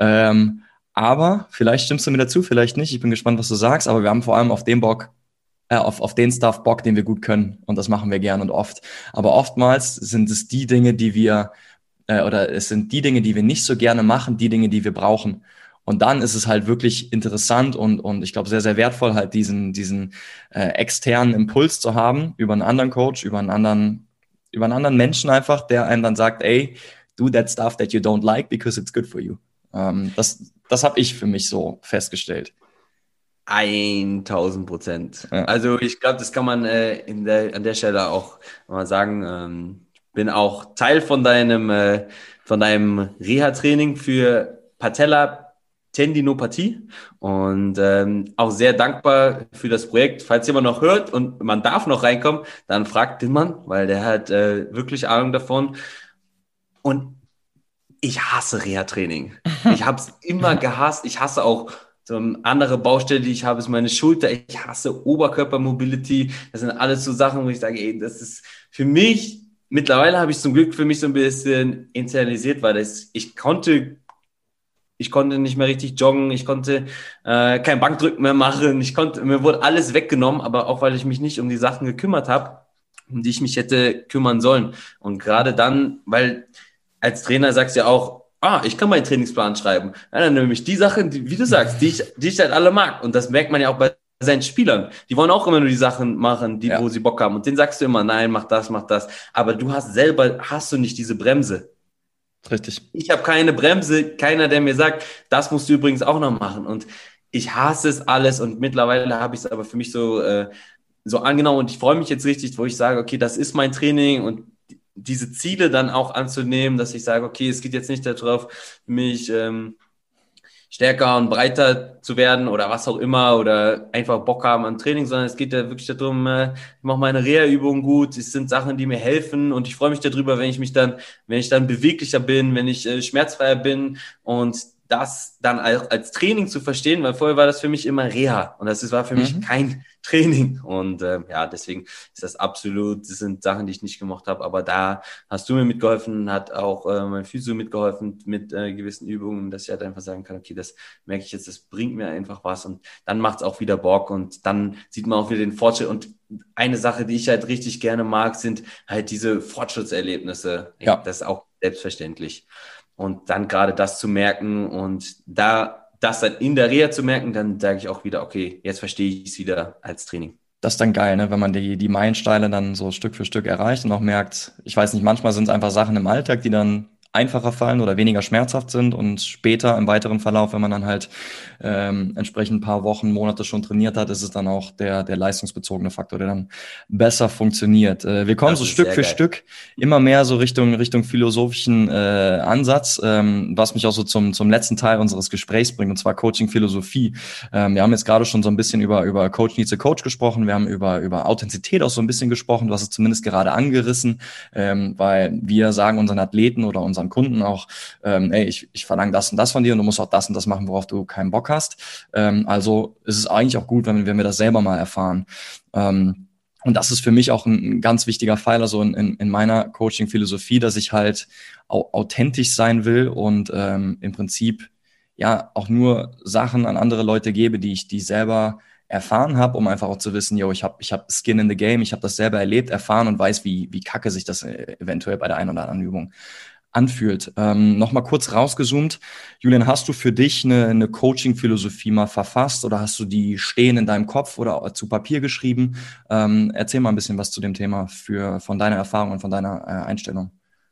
Aber vielleicht stimmst du mir dazu, vielleicht nicht. Ich bin gespannt, was du sagst, aber wir haben vor allem auf den Bock, auf den Stuff Bock, den wir gut können. Und das machen wir gern und oft. Aber oftmals sind es die Dinge, oder es sind die Dinge, die wir nicht so gerne machen, die Dinge, die wir brauchen. Und dann ist es halt wirklich interessant und ich glaube sehr, sehr wertvoll, halt diesen externen Impuls zu haben über einen anderen Coach, über einen anderen Menschen einfach, der einem dann sagt, ey, do that stuff that you don't like because it's good for you. Das habe ich für mich so festgestellt. 1000%. Ja. Also ich glaube, das kann man an der Stelle auch mal sagen. Bin auch Teil von deinem Reha-Training für Patella-Tendinopathie und auch sehr dankbar für das Projekt. Falls jemand noch hört und man darf noch reinkommen, dann fragt den Mann, weil der hat wirklich Ahnung davon. Und ich hasse Reha-Training. Ich habe es immer gehasst. Ich hasse auch so eine andere Baustelle, die ich habe, ist meine Schulter. Ich hasse Oberkörpermobility. Das sind alles so Sachen, wo ich sage, ey, das ist für mich, mittlerweile habe ich zum Glück für mich so ein bisschen internalisiert, weil ich konnte nicht mehr richtig joggen, ich konnte kein Bankdrücken mehr machen, mir wurde alles weggenommen, aber auch weil ich mich nicht um die Sachen gekümmert habe, um die ich mich hätte kümmern sollen. Und gerade dann, weil als Trainer sagst du ja auch, ich kann meinen Trainingsplan schreiben. Ja, dann nämlich die Sachen, wie du sagst, die ich halt alle mag. Und das merkt man ja auch bei seinen Spielern. Die wollen auch immer nur die Sachen machen, wo Ja, sie Bock haben. Und denen sagst du immer, nein, mach das, mach das. Aber hast du nicht diese Bremse. richtig. Ich habe keine Bremse, keiner, der mir sagt, das musst du übrigens auch noch machen. Und ich hasse es alles und mittlerweile habe ich es aber für mich so angenommen und ich freue mich jetzt richtig, wo ich sage, okay, das ist mein Training und diese Ziele dann auch anzunehmen, dass ich sage, okay, es geht jetzt nicht darauf, mich stärker und breiter zu werden oder was auch immer oder einfach Bock haben am Training, sondern es geht ja wirklich darum, ich mache meine Reha-Übungen gut, es sind Sachen, die mir helfen und ich freue mich darüber, wenn ich dann beweglicher bin, wenn ich schmerzfreier bin und das dann als Training zu verstehen, weil vorher war das für mich immer Reha und war für mich Mhm. kein Training und ja, deswegen ist das sind Sachen, die ich nicht gemacht habe, aber da hast du mir mitgeholfen, hat auch mein Physio mitgeholfen mit gewissen Übungen, dass ich halt einfach sagen kann, okay, das merke ich jetzt, das bringt mir einfach was und dann macht es auch wieder Bock und dann sieht man auch wieder den Fortschritt und eine Sache, die ich halt richtig gerne mag, sind halt diese Fortschrittserlebnisse. Ja. Das ist auch selbstverständlich. Und dann gerade das zu merken und das dann in der Reha zu merken, dann sage ich auch wieder, okay, jetzt verstehe ich es wieder als Training. Das ist dann geil, ne? Wenn man die Meilensteine dann so Stück für Stück erreicht und auch merkt, ich weiß nicht, manchmal sind es einfach Sachen im Alltag, die dann einfacher fallen oder weniger schmerzhaft sind und später im weiteren Verlauf, wenn man dann halt entsprechend ein paar Wochen, Monate schon trainiert hat, ist es dann auch der leistungsbezogene Faktor, der dann besser funktioniert. Wir kommen Das so ist Stück sehr für geil. Stück immer mehr so Richtung philosophischen Ansatz, was mich auch so zum letzten Teil unseres Gesprächs bringt, und zwar Coaching-Philosophie. Wir haben jetzt gerade schon so ein bisschen über Coach needs a Coach gesprochen, wir haben über Authentizität auch so ein bisschen gesprochen, du hast es zumindest gerade angerissen, weil wir sagen unseren Athleten oder unseren Kunden auch, ey, ich verlange das und das von dir und du musst auch das und das machen, worauf du keinen Bock hast. Also ist es eigentlich auch gut, wenn wir das selber mal erfahren. Und das ist für mich auch ein ganz wichtiger Pfeiler so in meiner Coaching-Philosophie, dass ich halt authentisch sein will und im Prinzip ja auch nur Sachen an andere Leute gebe, die ich selber erfahren habe, um einfach auch zu wissen, yo, ich hab Skin in the Game, ich habe das selber erlebt, erfahren und weiß, wie kacke sich das eventuell bei der einen oder anderen Übung anfühlt. Nochmal kurz rausgezoomt. Julian, hast du für dich eine Coaching-Philosophie mal verfasst oder hast du die stehen in deinem Kopf oder zu Papier geschrieben? Erzähl mal ein bisschen was zu dem Thema von deiner Erfahrung und von deiner Einstellung.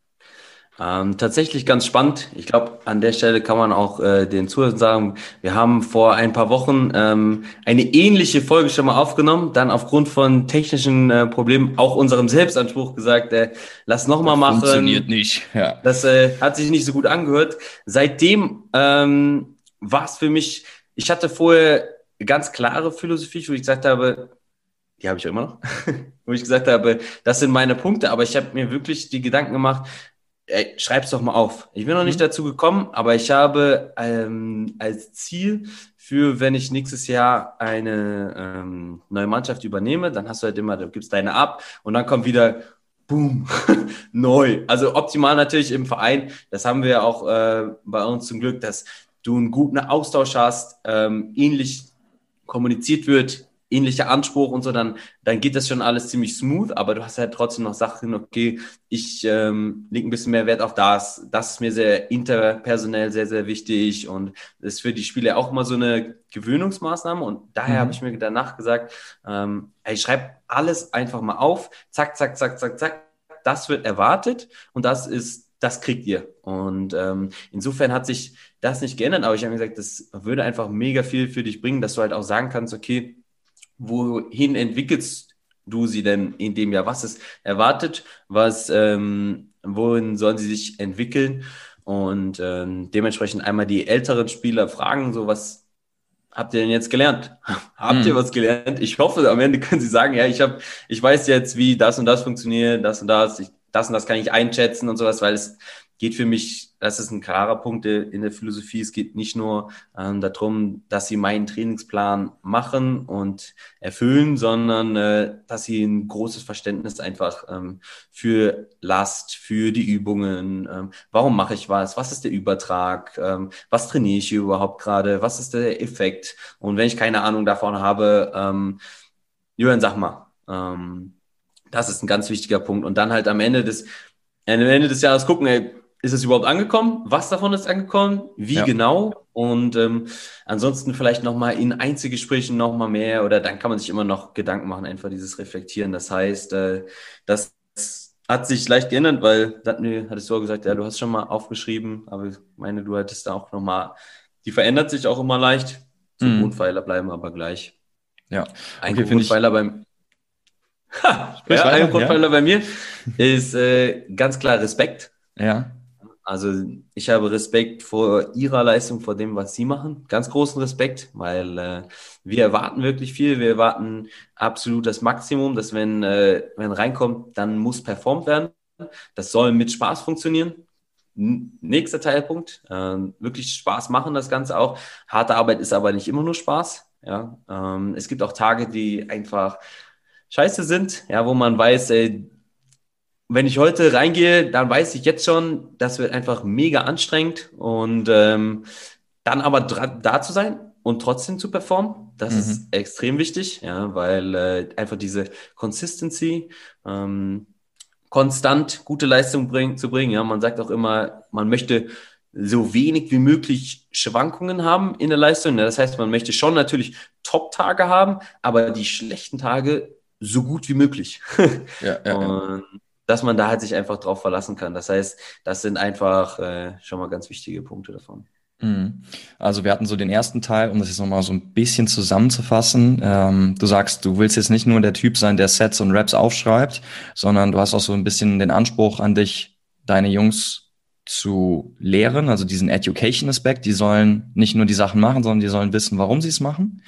Tatsächlich ganz spannend. Ich glaube, an der Stelle kann man auch den Zuhörern sagen, wir haben vor ein paar Wochen eine ähnliche Folge schon mal aufgenommen, dann aufgrund von technischen Problemen auch unserem Selbstanspruch gesagt, lass noch mal Das funktioniert machen. nicht. Ja. Das hat sich nicht so gut angehört. Seitdem war es für mich, ich hatte vorher ganz klare Philosophie, wo ich gesagt habe, die habe ich ja immer noch, wo ich gesagt habe, das sind meine Punkte, aber ich habe mir wirklich die Gedanken gemacht, ey, schreib's doch mal auf. Ich bin noch nicht dazu gekommen, aber ich habe als Ziel für, wenn ich nächstes Jahr eine neue Mannschaft übernehme, dann hast du halt immer, du gibst deine ab und dann kommt wieder boom, neu. Also optimal natürlich im Verein. Das haben wir auch bei uns zum Glück, dass du einen guten Austausch hast, ähnlich kommuniziert wird, ähnlicher Anspruch und so, dann geht das schon alles ziemlich smooth, aber du hast halt trotzdem noch Sachen, okay, ich lege ein bisschen mehr Wert auf das ist mir sehr interpersonell sehr, sehr wichtig und das ist für die Spieler auch mal so eine Gewöhnungsmaßnahme und daher habe ich mir danach gesagt, ey, schreib alles einfach mal auf, zack, zack, zack, zack, zack, das wird erwartet und das kriegt ihr. Und insofern hat sich das nicht geändert, aber ich habe mir gesagt, das würde einfach mega viel für dich bringen, dass du halt auch sagen kannst, okay, wohin entwickelst du sie denn in dem Jahr? Was ist erwartet? Wohin sollen sie sich entwickeln? Und dementsprechend einmal die älteren Spieler fragen, so was habt ihr denn jetzt gelernt? Habt ihr was gelernt? Ich hoffe, am Ende können sie sagen, ja, ich weiß jetzt, wie das und das funktioniert, das und das kann ich einschätzen und sowas, weil es geht für mich, das ist ein klarer Punkt in der Philosophie. Es geht nicht nur darum, dass sie meinen Trainingsplan machen und erfüllen, sondern dass sie ein großes Verständnis einfach für Last, für die Übungen, warum mache ich was ist der Übertrag, was trainiere ich hier überhaupt gerade, was ist der Effekt und wenn ich keine Ahnung davon habe, Jürgen, sag mal, das ist ein ganz wichtiger Punkt und dann halt am Ende des Jahres gucken, ey, ist es überhaupt angekommen? Was davon ist angekommen? Wie genau? Und ansonsten vielleicht nochmal in Einzelgesprächen nochmal mehr oder dann kann man sich immer noch Gedanken machen, einfach dieses Reflektieren. Das heißt, das hat sich leicht geändert, weil hattest du auch gesagt, ja, du hast schon mal aufgeschrieben, aber ich meine, du hattest da auch nochmal, die verändert sich auch immer leicht. So Grundpfeiler bleiben aber gleich. Ja, Ein okay, finde ich. Grundpfeiler beim Sprich weiter, ein Grundpfeiler bei mir ist ganz klar Respekt. Ja. Also ich habe Respekt vor ihrer Leistung, vor dem, was sie machen. Ganz großen Respekt, weil wir erwarten wirklich viel. Wir erwarten absolut das Maximum, dass wenn reinkommt, dann muss performt werden. Das soll mit Spaß funktionieren. Nächster Teilpunkt, wirklich Spaß machen das Ganze auch. Harte Arbeit ist aber nicht immer nur Spaß. Ja, es gibt auch Tage, die einfach scheiße sind, ja, wo man weiß, ey, wenn ich heute reingehe, dann weiß ich jetzt schon, das wird einfach mega anstrengend und dann aber da zu sein und trotzdem zu performen, das ist extrem wichtig, ja, weil einfach diese Consistency, konstant gute Leistung zu bringen, ja, man sagt auch immer, man möchte so wenig wie möglich Schwankungen haben in der Leistung, ja, das heißt, man möchte schon natürlich Top-Tage haben, aber die schlechten Tage so gut wie möglich. Ja. Und dass man da halt sich einfach drauf verlassen kann. Das heißt, das sind einfach schon mal ganz wichtige Punkte davon. Also wir hatten so den ersten Teil, um das jetzt nochmal so ein bisschen zusammenzufassen. Du sagst, du willst jetzt nicht nur der Typ sein, der Sets und Raps aufschreibt, sondern du hast auch so ein bisschen den Anspruch an dich, deine Jungs zu lehren, also diesen Education-Aspekt. Die sollen nicht nur die Sachen machen, sondern die sollen wissen, warum sie es machen.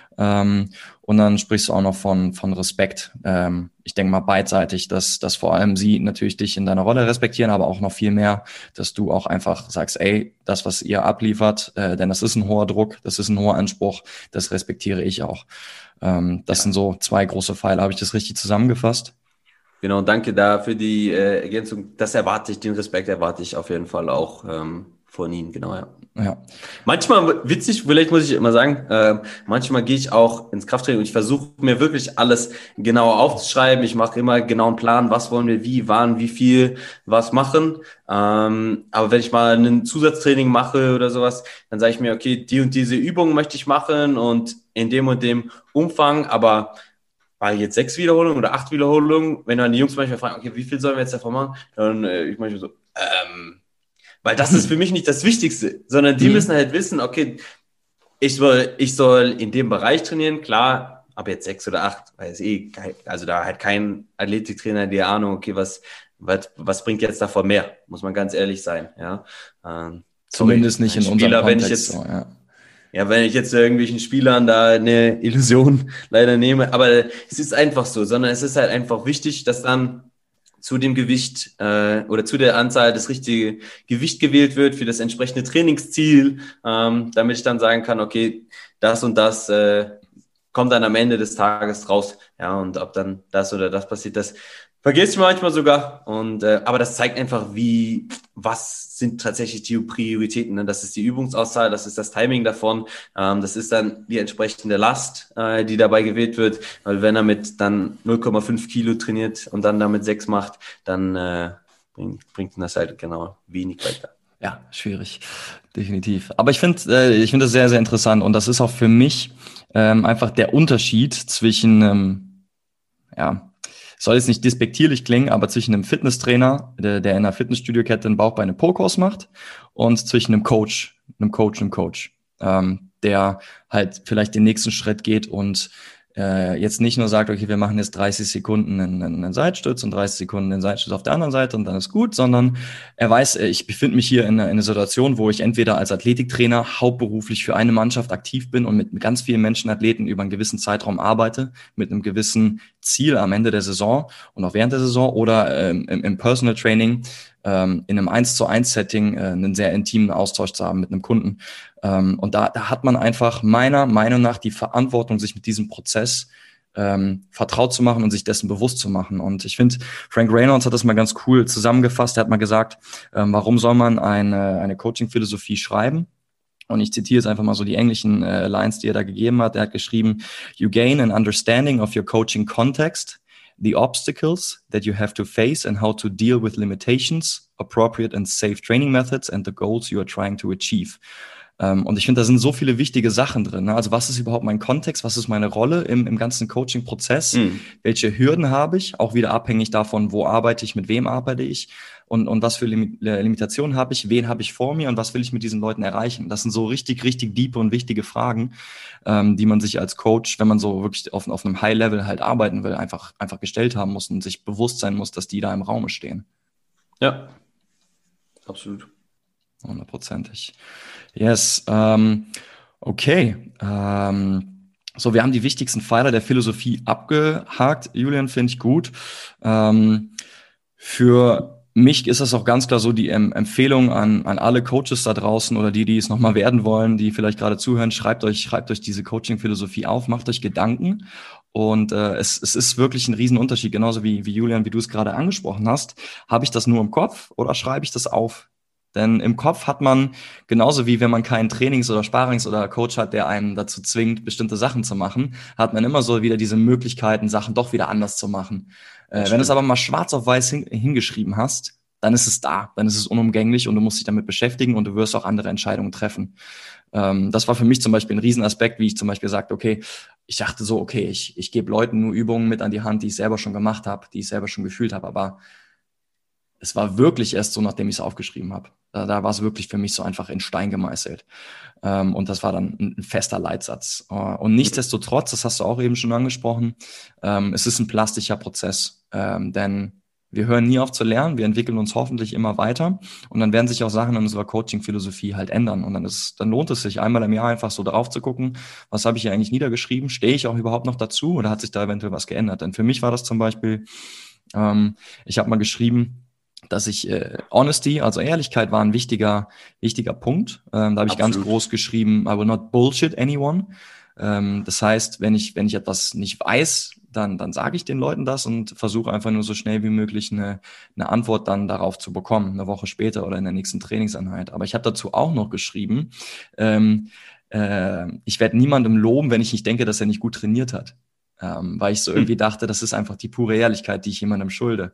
Und dann sprichst du auch noch von Respekt. Ich denke mal beidseitig, dass vor allem sie natürlich dich in deiner Rolle respektieren, aber auch noch viel mehr, dass du auch einfach sagst, ey, das, was ihr abliefert, denn das ist ein hoher Druck, das ist ein hoher Anspruch, das respektiere ich auch. Das sind so 2 große Pfeiler. Habe ich das richtig zusammengefasst? Genau, danke da für die Ergänzung. Den Respekt erwarte ich auf jeden Fall auch von Ihnen, genau, ja. Ja. Manchmal, witzig, vielleicht muss ich immer sagen, manchmal gehe ich auch ins Krafttraining und ich versuche mir wirklich alles genauer aufzuschreiben. Ich mache immer genau einen Plan, was wollen wir, wie, wann, wie viel, was machen. Aber wenn ich mal ein Zusatztraining mache oder sowas, dann sage ich mir, okay, die und diese Übungen möchte ich machen und in dem Umfang, aber bei jetzt 6 Wiederholungen oder 8 Wiederholungen, wenn dann die Jungs manchmal fragen, okay, wie viel sollen wir jetzt davon machen? Dann ich manchmal so, weil das ist für mich nicht das Wichtigste, sondern die müssen halt wissen, okay, ich soll in dem Bereich trainieren, klar, aber jetzt 6 oder 8, weiß also da hat kein Athletiktrainer die Ahnung, okay, was bringt jetzt davon mehr, muss man ganz ehrlich sein, ja. Zumindest nicht in unserem Spieler, Kontext. wenn ich jetzt, so, ja. Ja, wenn ich jetzt irgendwelchen Spielern da eine Illusion leider nehme, aber es ist einfach so, sondern es ist halt einfach wichtig, dass dann zu dem Gewicht oder zu der Anzahl das richtige Gewicht gewählt wird für das entsprechende Trainingsziel, damit ich dann sagen kann, okay, das und das kommt dann am Ende des Tages raus. Ja, und ob dann das oder das passiert, das vergisst ich manchmal sogar. Und aber das zeigt einfach, was sind tatsächlich die Prioritäten. Ne? Das ist die Übungsauswahl, das ist das Timing davon, das ist dann die entsprechende Last, die dabei gewählt wird. Weil wenn er mit dann 0,5 Kilo trainiert und dann damit 6 macht, dann bringt das halt genau wenig weiter. Ja, schwierig, definitiv. Aber ich finde das sehr, sehr interessant und das ist auch für mich einfach der Unterschied zwischen, ja, soll jetzt nicht despektierlich klingen, aber zwischen einem Fitnesstrainer, der in einer Fitnessstudio-Kette einen Bauch-Beine-Po-Kurs macht und zwischen einem Coach, der halt vielleicht den nächsten Schritt geht und jetzt nicht nur sagt, okay, wir machen jetzt 30 Sekunden einen Seitstütz und 30 Sekunden den Seitstütz auf der anderen Seite und dann ist gut, sondern er weiß, ich befinde mich hier in einer Situation, wo ich entweder als Athletiktrainer hauptberuflich für eine Mannschaft aktiv bin und mit ganz vielen Menschenathleten über einen gewissen Zeitraum arbeite, mit einem gewissen Ziel am Ende der Saison und auch während der Saison oder im Personal Training in einem 1:1 Setting einen sehr intimen Austausch zu haben mit einem Kunden. Und da hat man einfach meiner Meinung nach die Verantwortung, sich mit diesem Prozess vertraut zu machen und sich dessen bewusst zu machen. Und ich finde, Frank Reynolds hat das mal ganz cool zusammengefasst. Er hat mal gesagt, warum soll man eine Coaching-Philosophie schreiben? Und ich zitiere jetzt einfach mal so die englischen Lines, die er da gegeben hat. Er hat geschrieben, you gain an understanding of your coaching context, the obstacles that you have to face and how to deal with limitations, appropriate and safe training methods and the goals you are trying to achieve. Und ich finde, da sind so viele wichtige Sachen drin. Ne? Also was ist überhaupt mein Kontext? Was ist meine Rolle im ganzen Coaching-Prozess? Welche Hürden habe ich? Auch wieder abhängig davon, wo arbeite ich, mit wem arbeite ich und was für Limitationen habe ich? Wen habe ich vor mir und was will ich mit diesen Leuten erreichen? Das sind so richtig, richtig deep und wichtige Fragen, die man sich als Coach, wenn man so wirklich auf einem High-Level halt arbeiten will, einfach gestellt haben muss und sich bewusst sein muss, dass die da im Raum stehen. Ja, absolut. 100%. Yes. Okay. So, wir haben die wichtigsten Pfeiler der Philosophie abgehakt. Julian, finde ich gut. Für mich ist das auch ganz klar so die Empfehlung an alle Coaches da draußen oder die es nochmal werden wollen, die vielleicht gerade zuhören, schreibt euch diese Coaching-Philosophie auf, macht euch Gedanken. Und es ist wirklich ein Riesenunterschied, genauso wie Julian, wie du es gerade angesprochen hast. Habe ich das nur im Kopf oder schreibe ich das auf? Denn im Kopf hat man, genauso wie wenn man keinen Trainings- oder Sparrings- oder Coach hat, der einen dazu zwingt, bestimmte Sachen zu machen, hat man immer so wieder diese Möglichkeiten, Sachen doch wieder anders zu machen. Wenn du es aber mal schwarz auf weiß hingeschrieben hast, dann ist es da, dann ist es unumgänglich und du musst dich damit beschäftigen und du wirst auch andere Entscheidungen treffen. Das war für mich zum Beispiel ein Riesenaspekt, wie ich zum Beispiel sagte, okay, ich dachte so, okay, ich gebe Leuten nur Übungen mit an die Hand, die ich selber schon gemacht habe, die ich selber schon gefühlt habe, aber es war wirklich erst so, nachdem ich es aufgeschrieben habe. Da war es wirklich für mich so einfach in Stein gemeißelt. Und das war dann ein fester Leitsatz. Und nichtsdestotrotz, das hast du auch eben schon angesprochen, es ist ein plastischer Prozess. Denn wir hören nie auf zu lernen, wir entwickeln uns hoffentlich immer weiter und dann werden sich auch Sachen in unserer Coaching-Philosophie halt ändern. Und dann lohnt es sich einmal im Jahr einfach so drauf zu gucken, was habe ich hier eigentlich niedergeschrieben, stehe ich auch überhaupt noch dazu oder hat sich da eventuell was geändert? Denn für mich war das zum Beispiel, ich habe mal geschrieben, dass ich Honesty, also Ehrlichkeit, war ein wichtiger Punkt. Da habe ich ganz groß geschrieben, I will not bullshit anyone. Das heißt, wenn ich etwas nicht weiß, dann sage ich den Leuten das und versuche einfach nur so schnell wie möglich eine Antwort dann darauf zu bekommen, eine Woche später oder in der nächsten Trainingseinheit. Aber ich habe dazu auch noch geschrieben, ich werde niemandem loben, wenn ich nicht denke, dass er nicht gut trainiert hat. Weil ich so irgendwie dachte, das ist einfach die pure Ehrlichkeit, die ich jemandem schulde.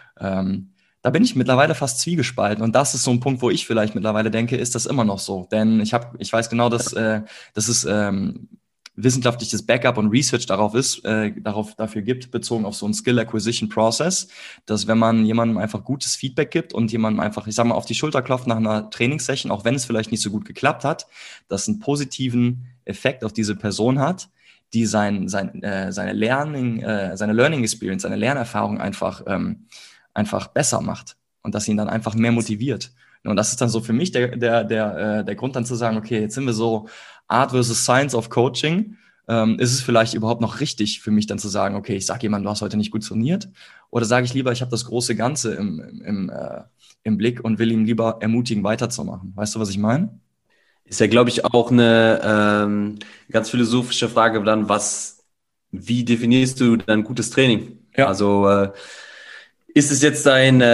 Da bin ich mittlerweile fast zwiegespalten und das ist so ein Punkt, wo ich vielleicht mittlerweile denke, ist das immer noch so? Denn ich weiß genau, dass es wissenschaftliches Backup und Research dafür gibt, bezogen auf so einen Skill Acquisition Process, dass wenn man jemandem einfach gutes Feedback gibt und jemandem einfach, ich sag mal, auf die Schulter klopft nach einer Trainingssession, auch wenn es vielleicht nicht so gut geklappt hat, das einen positiven Effekt auf diese Person hat, die seine Learning Experience, seine Lernerfahrung einfach besser macht und dass ihn dann einfach mehr motiviert. Und das ist dann so für mich der Grund dann zu sagen, okay, jetzt sind wir so Art versus Science of Coaching. Ist es vielleicht überhaupt noch richtig für mich dann zu sagen, okay, ich sage jemandem, du hast heute nicht gut trainiert? Oder sage ich lieber, ich habe das große Ganze im Blick und will ihn lieber ermutigen, weiterzumachen? Weißt du, was ich meine? Ist ja, glaube ich, auch eine ganz philosophische Frage dann, wie definierst du dann gutes Training? Ja. Also ist es jetzt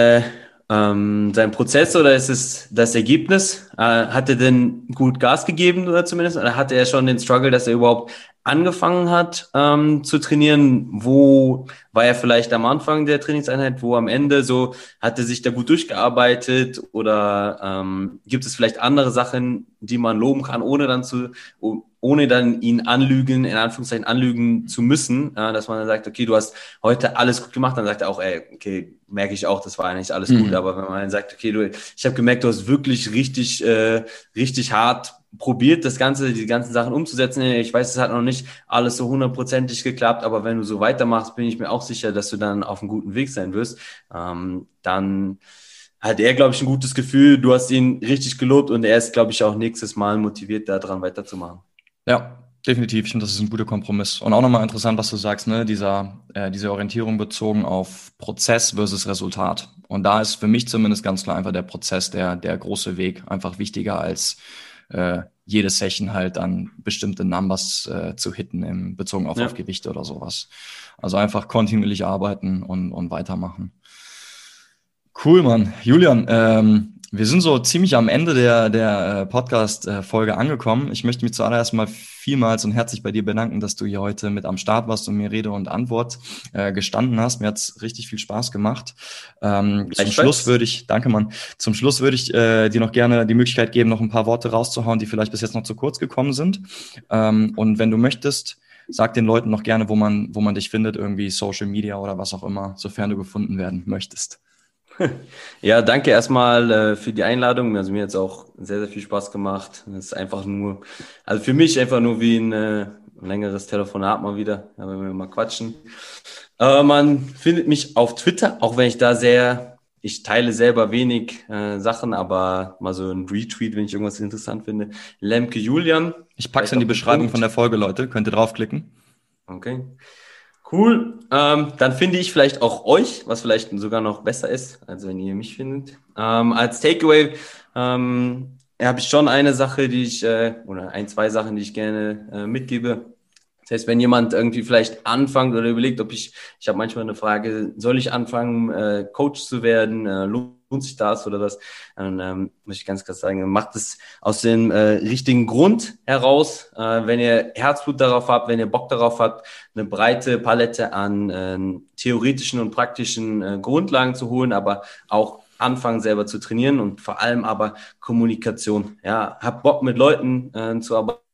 sein Prozess oder ist es das Ergebnis? Hat er denn gut Gas gegeben oder zumindest? Oder hatte er schon den Struggle, dass er überhaupt angefangen hat zu trainieren? Wo war er vielleicht am Anfang der Trainingseinheit, wo am Ende so, hat er sich da gut durchgearbeitet oder gibt es vielleicht andere Sachen, die man loben kann, ohne dann ihn anlügen, in Anführungszeichen anlügen zu müssen, dass man dann sagt, okay, du hast heute alles gut gemacht, dann sagt er auch, ey, okay, merke ich auch, das war eigentlich alles gut, aber wenn man dann sagt, okay, ich habe gemerkt, du hast wirklich richtig hart probiert, die ganzen Sachen umzusetzen. Ich weiß, es hat noch nicht alles so hundertprozentig geklappt, aber wenn du so weitermachst, bin ich mir auch sicher, dass du dann auf einem guten Weg sein wirst. Dann hat er, glaube ich, ein gutes Gefühl, du hast ihn richtig gelobt und er ist, glaube ich, auch nächstes Mal motiviert, daran weiterzumachen. Ja, definitiv. Ich finde, das ist ein guter Kompromiss. Und auch nochmal interessant, was du sagst, ne? Diese Orientierung bezogen auf Prozess versus Resultat. Und da ist für mich zumindest ganz klar einfach der Prozess, der große Weg, einfach wichtiger als jede Session halt dann bestimmte Numbers zu hitten, bezogen auf Gewichte oder sowas. Also einfach kontinuierlich arbeiten und weitermachen. Cool, Mann. Julian, wir sind so ziemlich am Ende der Podcast-Folge angekommen. Ich möchte mich zuallererst mal vielmals und herzlich bei dir bedanken, dass du hier heute mit am Start warst und mir Rede und Antwort gestanden hast. Mir hat's richtig viel Spaß gemacht. Zum Schluss würde ich dir noch gerne die Möglichkeit geben, noch ein paar Worte rauszuhauen, die vielleicht bis jetzt noch zu kurz gekommen sind. Und wenn du möchtest, sag den Leuten noch gerne, wo man dich findet, irgendwie Social Media oder was auch immer, sofern du gefunden werden möchtest. Ja, danke erstmal für die Einladung. Also mir hat es auch sehr, sehr viel Spaß gemacht. Es ist einfach nur, also für mich einfach nur wie ein längeres Telefonat mal wieder, wenn wir mal quatschen. Man findet mich auf Twitter, auch wenn ich teile selber wenig Sachen, aber mal so ein Retweet, wenn ich irgendwas interessant finde. Lemke Julian. Ich pack's in die Beschreibung von der Folge, Leute. Könnt ihr draufklicken. Okay. Cool. Dann finde ich vielleicht auch euch, was vielleicht sogar noch besser ist, als wenn ihr mich findet. Als Takeaway habe ich schon eine Sache, oder zwei Sachen, die ich gerne mitgebe. Das heißt, wenn jemand irgendwie vielleicht anfängt oder überlegt, ich habe manchmal eine Frage, soll ich anfangen, Coach zu werden? Lohnt sich das oder was? Dann muss ich ganz klar sagen, macht es aus dem richtigen Grund heraus, wenn ihr Herzblut darauf habt, wenn ihr Bock darauf habt, eine breite Palette an theoretischen und praktischen Grundlagen zu holen, aber auch anfangen selber zu trainieren und vor allem aber Kommunikation. Ja, habt Bock mit Leuten zu arbeiten,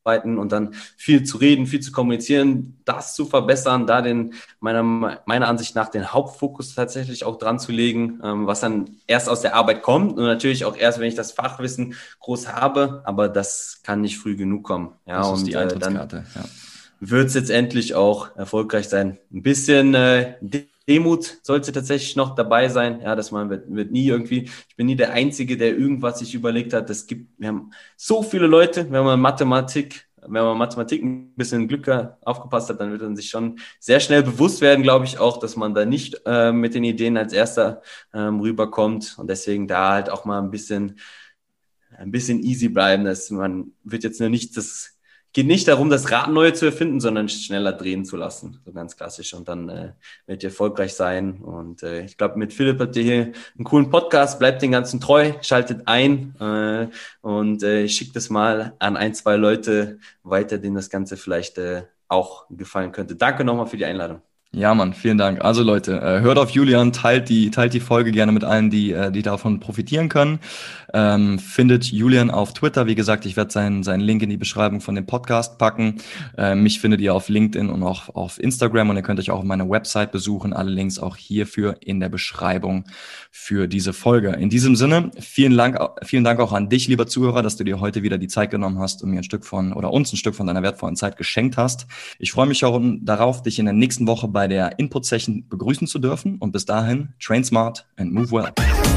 und dann viel zu reden, viel zu kommunizieren, das zu verbessern, da meiner Ansicht nach den Hauptfokus tatsächlich auch dran zu legen, was dann erst aus der Arbeit kommt und natürlich auch erst, wenn ich das Fachwissen groß habe, aber das kann nicht früh genug kommen. Ja, das ist die Eintrittskarte. Dann wird es jetzt endlich auch erfolgreich sein. Ein bisschen Demut sollte tatsächlich noch dabei sein, ja, dass man wird nie irgendwie, ich bin nie der Einzige, der irgendwas sich überlegt hat. Wir haben so viele Leute, wenn man Mathematik ein bisschen Glück aufgepasst hat, dann wird man sich schon sehr schnell bewusst werden, glaube ich auch, dass man da nicht mit den Ideen als Erster rüberkommt und deswegen da halt auch mal ein bisschen easy bleiben, dass man wird jetzt nur nicht geht nicht darum, das Rad neu zu erfinden, sondern schneller drehen zu lassen, so ganz klassisch. Und dann werdet ihr erfolgreich sein. Und ich glaube, mit Philipp habt ihr hier einen coolen Podcast. Bleibt den Ganzen treu, schaltet ein und schickt es mal an 1, 2 Leute weiter, denen das Ganze vielleicht auch gefallen könnte. Danke nochmal für die Einladung. Ja, Mann, vielen Dank. Also Leute, hört auf Julian, teilt die Folge gerne mit allen, die davon profitieren können. Findet Julian auf Twitter. Wie gesagt, ich werde seinen Link in die Beschreibung von dem Podcast packen. Mich findet ihr auf LinkedIn und auch auf Instagram und ihr könnt euch auch auf meiner Website besuchen. Alle Links auch hierfür in der Beschreibung für diese Folge. In diesem Sinne, vielen Dank auch an dich, lieber Zuhörer, dass du dir heute wieder die Zeit genommen hast und uns ein Stück von deiner wertvollen Zeit geschenkt hast. Ich freue mich auch darauf, dich in der nächsten Woche bei der Input-Session begrüßen zu dürfen. Und bis dahin, train smart and move well.